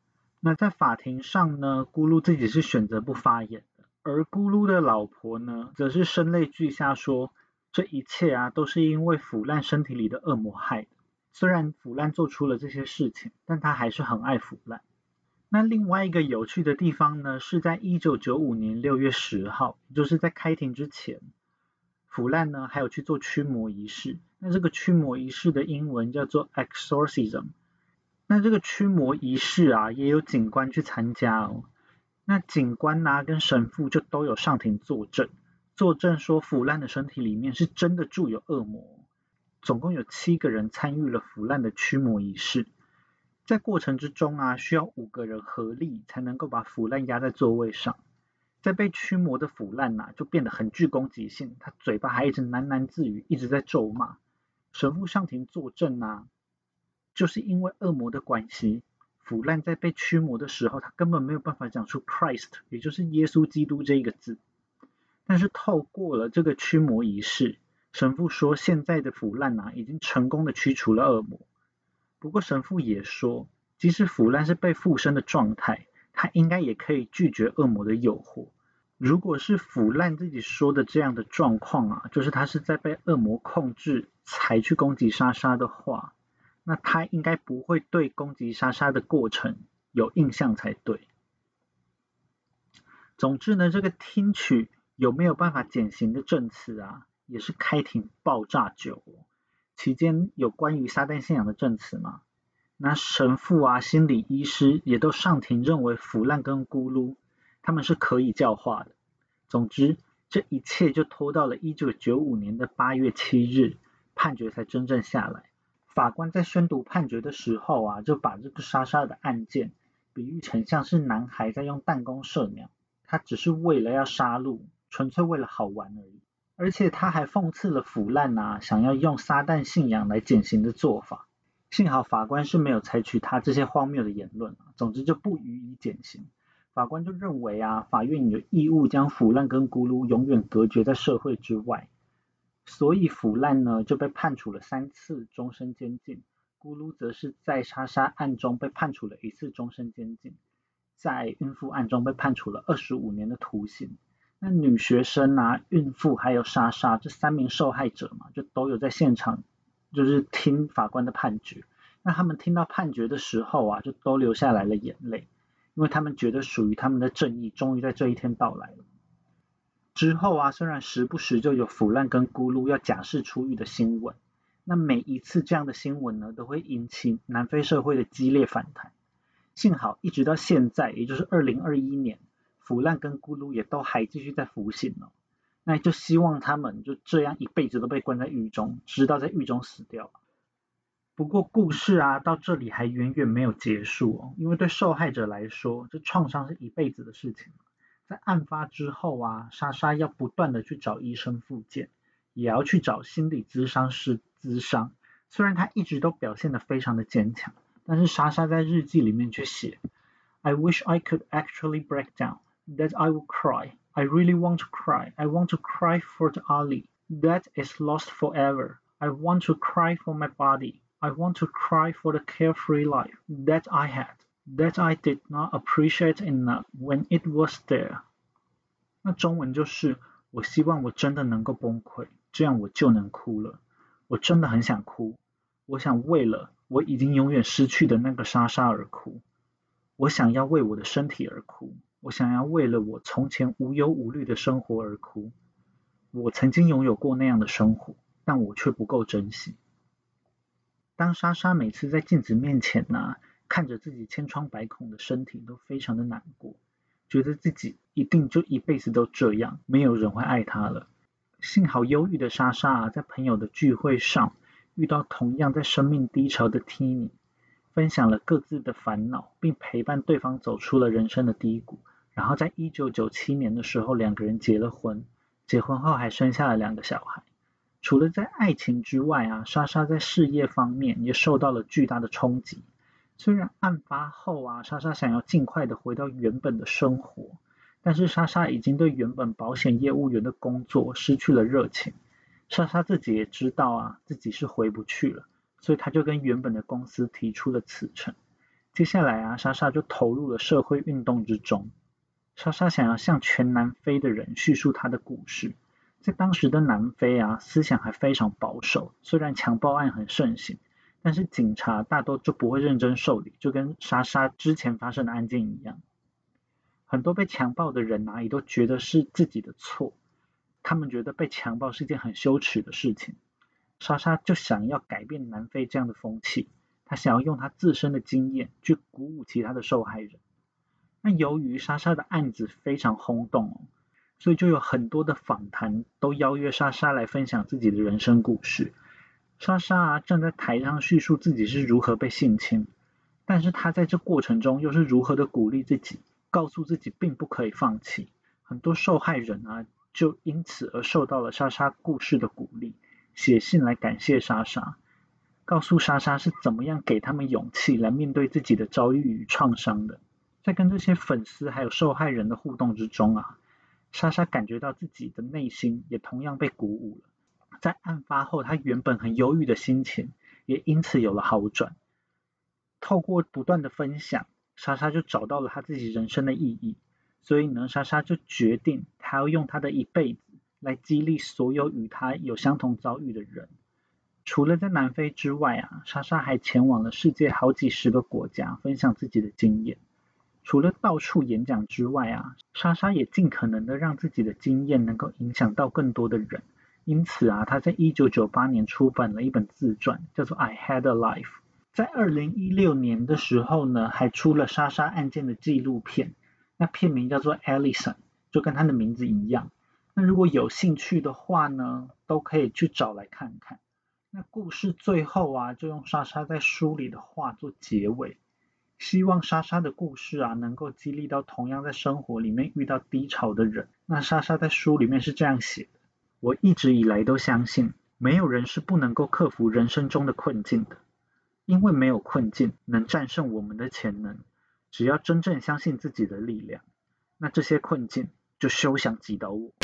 那在法庭上呢，咕噜自己是选择不发言的，而咕噜的老婆呢，则是声泪俱下说，这一切啊都是因为腐烂身体里的恶魔害的。虽然腐烂做出了这些事情，但他还是很爱腐烂。那另外一个有趣的地方呢，是在一九九五年六月十号，也就是在开庭之前，腐烂呢还有去做驱魔仪式。那这个驱魔仪式的英文叫做 exorcism。那这个驱魔仪式啊，也有警官去参加哦。那警官啊跟神父就都有上庭作证，作证说腐烂的身体里面是真的住有恶魔。总共有七个人参与了腐烂的驱魔仪式。在过程之中啊，需要五个人合力才能够把腐烂压在座位上。在被驱魔的腐烂啊，就变得很具攻击性，他嘴巴还一直喃喃自语，一直在咒骂。神父上庭作证啊，就是因为恶魔的关系，腐烂在被驱魔的时候，他根本没有办法讲出 Christ， 也就是耶稣基督这一个字。但是透过了这个驱魔仪式，神父说现在的腐烂啊，已经成功的驱除了恶魔。不过神父也说，即使腐烂是被附身的状态，他应该也可以拒绝恶魔的诱惑。如果是腐烂自己说的这样的状况啊，就是他是在被恶魔控制才去攻击莎莎的话，那他应该不会对攻击莎莎的过程有印象才对。总之呢，这个听取有没有办法减刑的证词啊，也是开庭爆炸久哦。期间有关于撒旦信仰的证词嘛？那神父啊、心理医师也都上庭认为腐烂跟咕噜他们是可以教化的。总之，这一切就拖到了一九九五年的八月七日，判决才真正下来。法官在宣读判决的时候啊，就把这个莎莎的案件比喻成像是男孩在用弹弓射鸟，他只是为了要杀戮，纯粹为了好玩而已。而且他还讽刺了腐烂啊想要用撒旦信仰来减刑的做法。幸好法官是没有采取他这些荒谬的言论，啊，总之就不予以减刑。法官就认为啊，法院有义务将腐烂跟咕噜永远隔绝在社会之外，所以腐烂呢就被判处了三次终身监禁，咕噜则是在莎莎案中被判处了一次终身监禁，在孕妇案中被判处了二十五年的徒刑。那女学生啊、孕妇还有莎莎这三名受害者嘛，就都有在现场，就是听法官的判决。那他们听到判决的时候啊，就都流下来了眼泪，因为他们觉得属于他们的正义终于在这一天到来了。之后啊，虽然时不时就有腐烂跟咕噜要假释出狱的新闻，那每一次这样的新闻呢，都会引起南非社会的激烈反弹。幸好一直到现在，也就是二零二一年，腐烂跟咕噜也都还继续在服刑哦。那就希望他们就这样一辈子都被关在狱中，直到在狱中死掉。不过故事啊，到这里还远远没有结束哦，因为对受害者来说，这创伤是一辈子的事情。在案发之后啊，莎莎要不断的去找医生复健，也要去找心理咨商师咨商。虽然她一直都表现得非常的坚强，但是莎莎在日记里面却写 I wish I could actually break down, that I will cry. I really want to cry. I want to cry for the Ali that is lost forever. I want to cry for my body. I want to cry for the carefree life that I had, that I did not appreciate enough when it was there. 那中文就是我希望我真的能够崩溃，这样我就能哭了。我真的很想哭，我想为了我已经永远失去的那个莎莎而哭。我想要为我的身体而哭，我想要为了我从前无忧无虑的生活而哭。我曾经拥有过那样的生活，但我却不够珍惜。当莎莎每次在镜子面前啊，看着自己千疮百孔的身体，都非常的难过，觉得自己一定就一辈子都这样，没有人会爱她了。幸好忧郁的莎莎啊，在朋友的聚会上遇到同样在生命低潮的 Tini，分享了各自的烦恼，并陪伴对方走出了人生的低谷。然后在一九九七年的时候，两个人结了婚，结婚后还生下了两个小孩。除了在爱情之外啊，莎莎在事业方面也受到了巨大的冲击。虽然案发后啊，莎莎想要尽快的回到原本的生活，但是莎莎已经对原本保险业务员的工作失去了热情。莎莎自己也知道啊，自己是回不去了，所以她就跟原本的公司提出了辞呈。 接下来啊，莎莎就投入了社会运动之中。莎莎想要向全南非的人叙述她的故事。在当时的南非啊，思想还非常保守，虽然强暴案很盛行，但是警察大多就不会认真受理，就跟莎莎之前发生的案件一样。很多被强暴的人啊，也都觉得是自己的错，他们觉得被强暴是件很羞耻的事情。莎莎就想要改变南非这样的风气，她想要用她自身的经验去鼓舞其他的受害人。那由于莎莎的案子非常轰动哦，所以就有很多的访谈都邀约莎莎来分享自己的人生故事。莎莎啊，站在台上叙述自己是如何被性侵，但是她在这过程中又是如何的鼓励自己，告诉自己并不可以放弃。很多受害人啊，就因此而受到了莎莎故事的鼓励，写信来感谢莎莎，告诉莎莎是怎么样给他们勇气来面对自己的遭遇与创伤的。在跟这些粉丝还有受害人的互动之中啊，莎莎感觉到自己的内心也同样被鼓舞了。在案发后，她原本很忧郁的心情也因此有了好转。透过不断的分享，莎莎就找到了她自己人生的意义。所以呢，莎莎就决定她要用她的一辈子来激励所有与她有相同遭遇的人。除了在南非之外啊，莎莎还前往了世界好几十个国家，分享自己的经验。除了到处演讲之外啊，莎莎也尽可能的让自己的经验能够影响到更多的人。因此啊，她在一九九八年出版了一本自传，叫做《I Had a Life》。在二零一六年的时候呢，还出了莎莎案件的纪录片，那片名叫做 Allison， 就跟她的名字一样。那如果有兴趣的话呢，都可以去找来看看。那故事最后啊，就用莎莎在书里的话做结尾。希望莎莎的故事啊，能够激励到同样在生活里面遇到低潮的人。那莎莎在书里面是这样写的：我一直以来都相信，没有人是不能够克服人生中的困境的，因为没有困境能战胜我们的潜能。只要真正相信自己的力量，那这些困境就休想击倒我。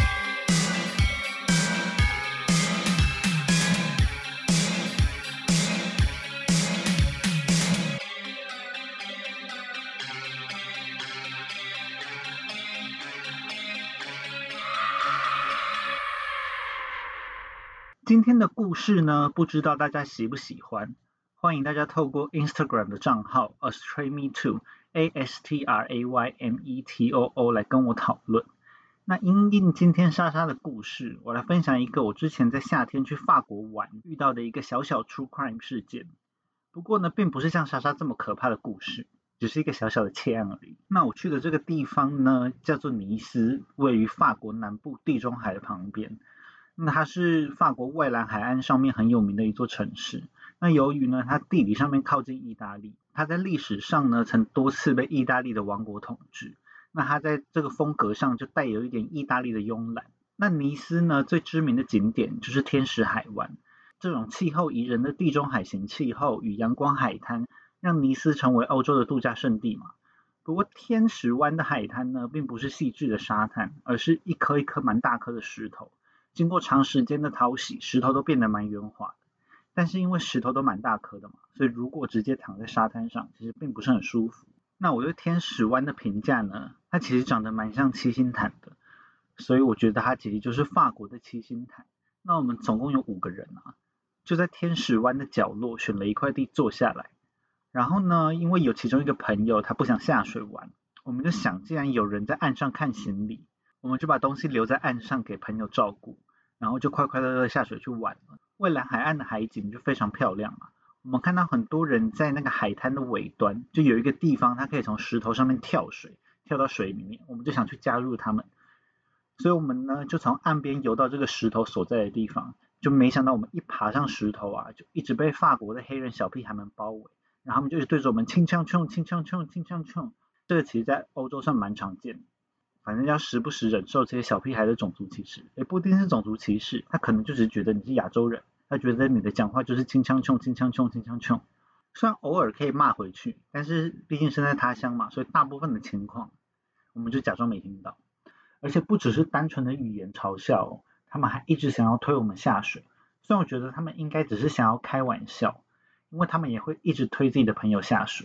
今天的故事呢，不知道大家喜不喜欢？欢迎大家透过 Instagram 的账号 astraymetoo A S T R A Y M E T O O 来跟我讨论。那因应今天莎莎的故事，我来分享一个我之前在夏天去法国玩遇到的一个小小 true crime 事件。不过呢，并不是像莎莎这么可怕的故事，只是一个小小的窃案而已。那我去的这个地方呢，叫做尼斯，位于法国南部地中海的旁边。那它是法国蔚蓝海岸上面很有名的一座城市。那由于呢，它地理上面靠近意大利，它在历史上呢曾多次被意大利的王国统治。那它在这个风格上就带有一点意大利的慵懒。那尼斯呢最知名的景点就是天使海湾，这种气候宜人的地中海型气候与阳光海滩，让尼斯成为欧洲的度假胜地嘛。不过天使湾的海滩呢，并不是细致的沙滩，而是一颗一颗蛮大颗的石头。经过长时间的淘洗，石头都变得蛮圆滑的。但是因为石头都蛮大颗的嘛，所以如果直接躺在沙滩上，其实并不是很舒服。那我对天使湾的评价呢，它其实长得蛮像七星潭的，所以我觉得它其实就是法国的七星潭。那我们总共有五个人啊，就在天使湾的角落选了一块地坐下来。然后呢，因为有其中一个朋友他不想下水玩，我们就想既然有人在岸上看行李，我们就把东西留在岸上给朋友照顾，然后就快快乐乐下水去玩了。蔚蓝海岸的海景就非常漂亮啊，我们看到很多人在那个海滩的尾端，就有一个地方他可以从石头上面跳水，跳到水里面，我们就想去加入他们。所以我们呢就从岸边游到这个石头所在的地方，就没想到我们一爬上石头啊，就一直被法国的黑人小屁孩们包围，然后他们就一直对着我们轻枪冲轻枪冲轻枪冲。这个其实在欧洲算蛮常见的，反正要时不时忍受这些小屁孩的种族歧视。也不一定是种族歧视，他可能就只是觉得你是亚洲人，他觉得你的讲话就是轻枪冲轻枪冲轻枪冲。虽然偶尔可以骂回去，但是毕竟身在他乡嘛，所以大部分的情况我们就假装没听到。而且不只是单纯的语言嘲笑哦，他们还一直想要推我们下水。虽然我觉得他们应该只是想要开玩笑，因为他们也会一直推自己的朋友下水，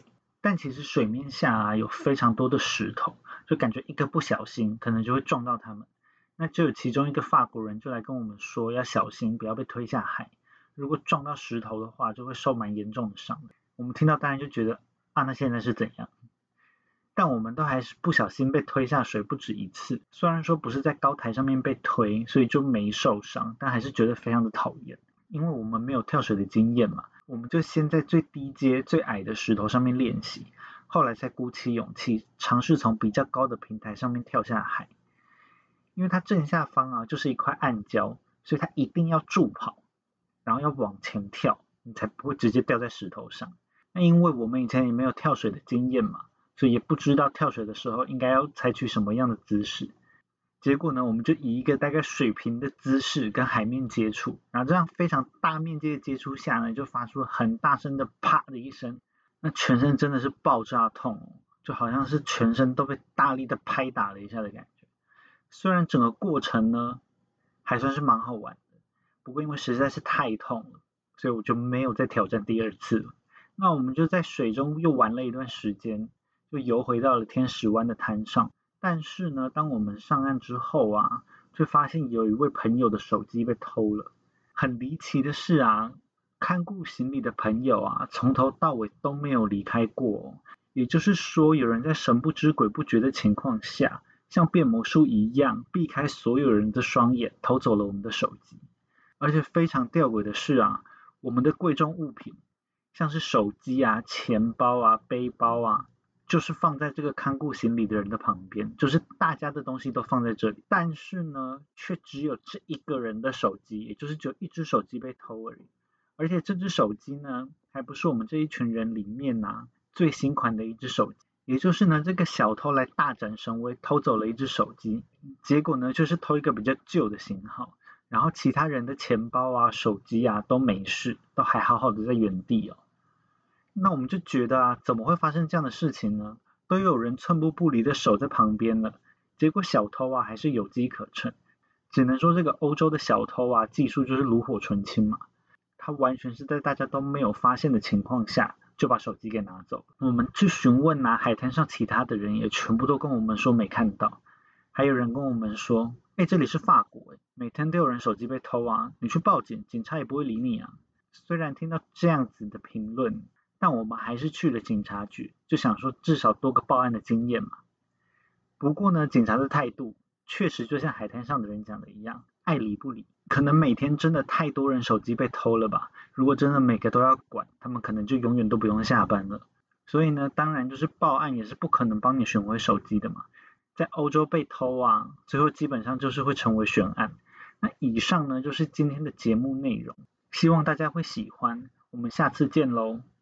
但其实水面下啊有非常多的石头，就感觉一个不小心可能就会撞到他们。那就有其中一个法国人就来跟我们说要小心，不要被推下海，如果撞到石头的话就会受蛮严重的伤。我们听到当然就觉得啊，那现在是怎样？但我们都还是不小心被推下水不止一次，虽然说不是在高台上面被推，所以就没受伤，但还是觉得非常的讨厌，因为我们没有跳水的经验嘛，我们就先在最低阶最矮的石头上面练习，后来才鼓起勇气尝试从比较高的平台上面跳下海。因为它正下方啊就是一块暗礁，所以它一定要助跑，然后要往前跳，你才不会直接掉在石头上。那因为我们以前也没有跳水的经验嘛，所以也不知道跳水的时候应该要采取什么样的姿势。结果呢，我们就以一个大概水平的姿势跟海面接触，然后这样非常大面积的接触下呢，就发出了很大声的啪的一声，那全身真的是爆炸痛，就好像是全身都被大力的拍打了一下的感觉。虽然整个过程呢还算是蛮好玩的，不过因为实在是太痛了，所以我就没有再挑战第二次了。那我们就在水中又玩了一段时间，就游回到了天使湾的滩上。但是呢，当我们上岸之后啊，就发现有一位朋友的手机被偷了。很离奇的是啊，看顾行李的朋友啊，从头到尾都没有离开过。也就是说，有人在神不知鬼不觉的情况下，像变魔术一样避开所有人的双眼，偷走了我们的手机。而且非常吊诡的是啊，我们的贵重物品，像是手机啊、钱包啊、背包啊，就是放在这个看顾行李的人的旁边，就是大家的东西都放在这里，但是呢，却只有这一个人的手机，也就是只有一只手机被偷而已。而且这只手机呢，还不是我们这一群人里面啊最新款的一只手机。也就是呢，这个小偷来大展神威，偷走了一只手机，结果呢，就是偷一个比较旧的型号，然后其他人的钱包啊、手机啊都没事，都还好好的在原地哦。那我们就觉得啊，怎么会发生这样的事情呢？都有人寸步不离的守在旁边了，结果小偷啊还是有机可乘。只能说这个欧洲的小偷啊，技术就是炉火纯青嘛，他完全是在大家都没有发现的情况下，就把手机给拿走。我们去询问啊，海滩上其他的人也全部都跟我们说没看到。还有人跟我们说，哎，这里是法国，每天都有人手机被偷啊，你去报警，警察也不会理你啊。虽然听到这样子的评论，但我们还是去了警察局，就想说至少多个报案的经验嘛。不过呢，警察的态度确实就像海滩上的人讲的一样，爱理不理。可能每天真的太多人手机被偷了吧，如果真的每个都要管，他们可能就永远都不用下班了。所以呢，当然就是报案也是不可能帮你寻回手机的嘛。在欧洲被偷啊，最后基本上就是会成为悬案。那以上呢就是今天的节目内容，希望大家会喜欢，我们下次见喽。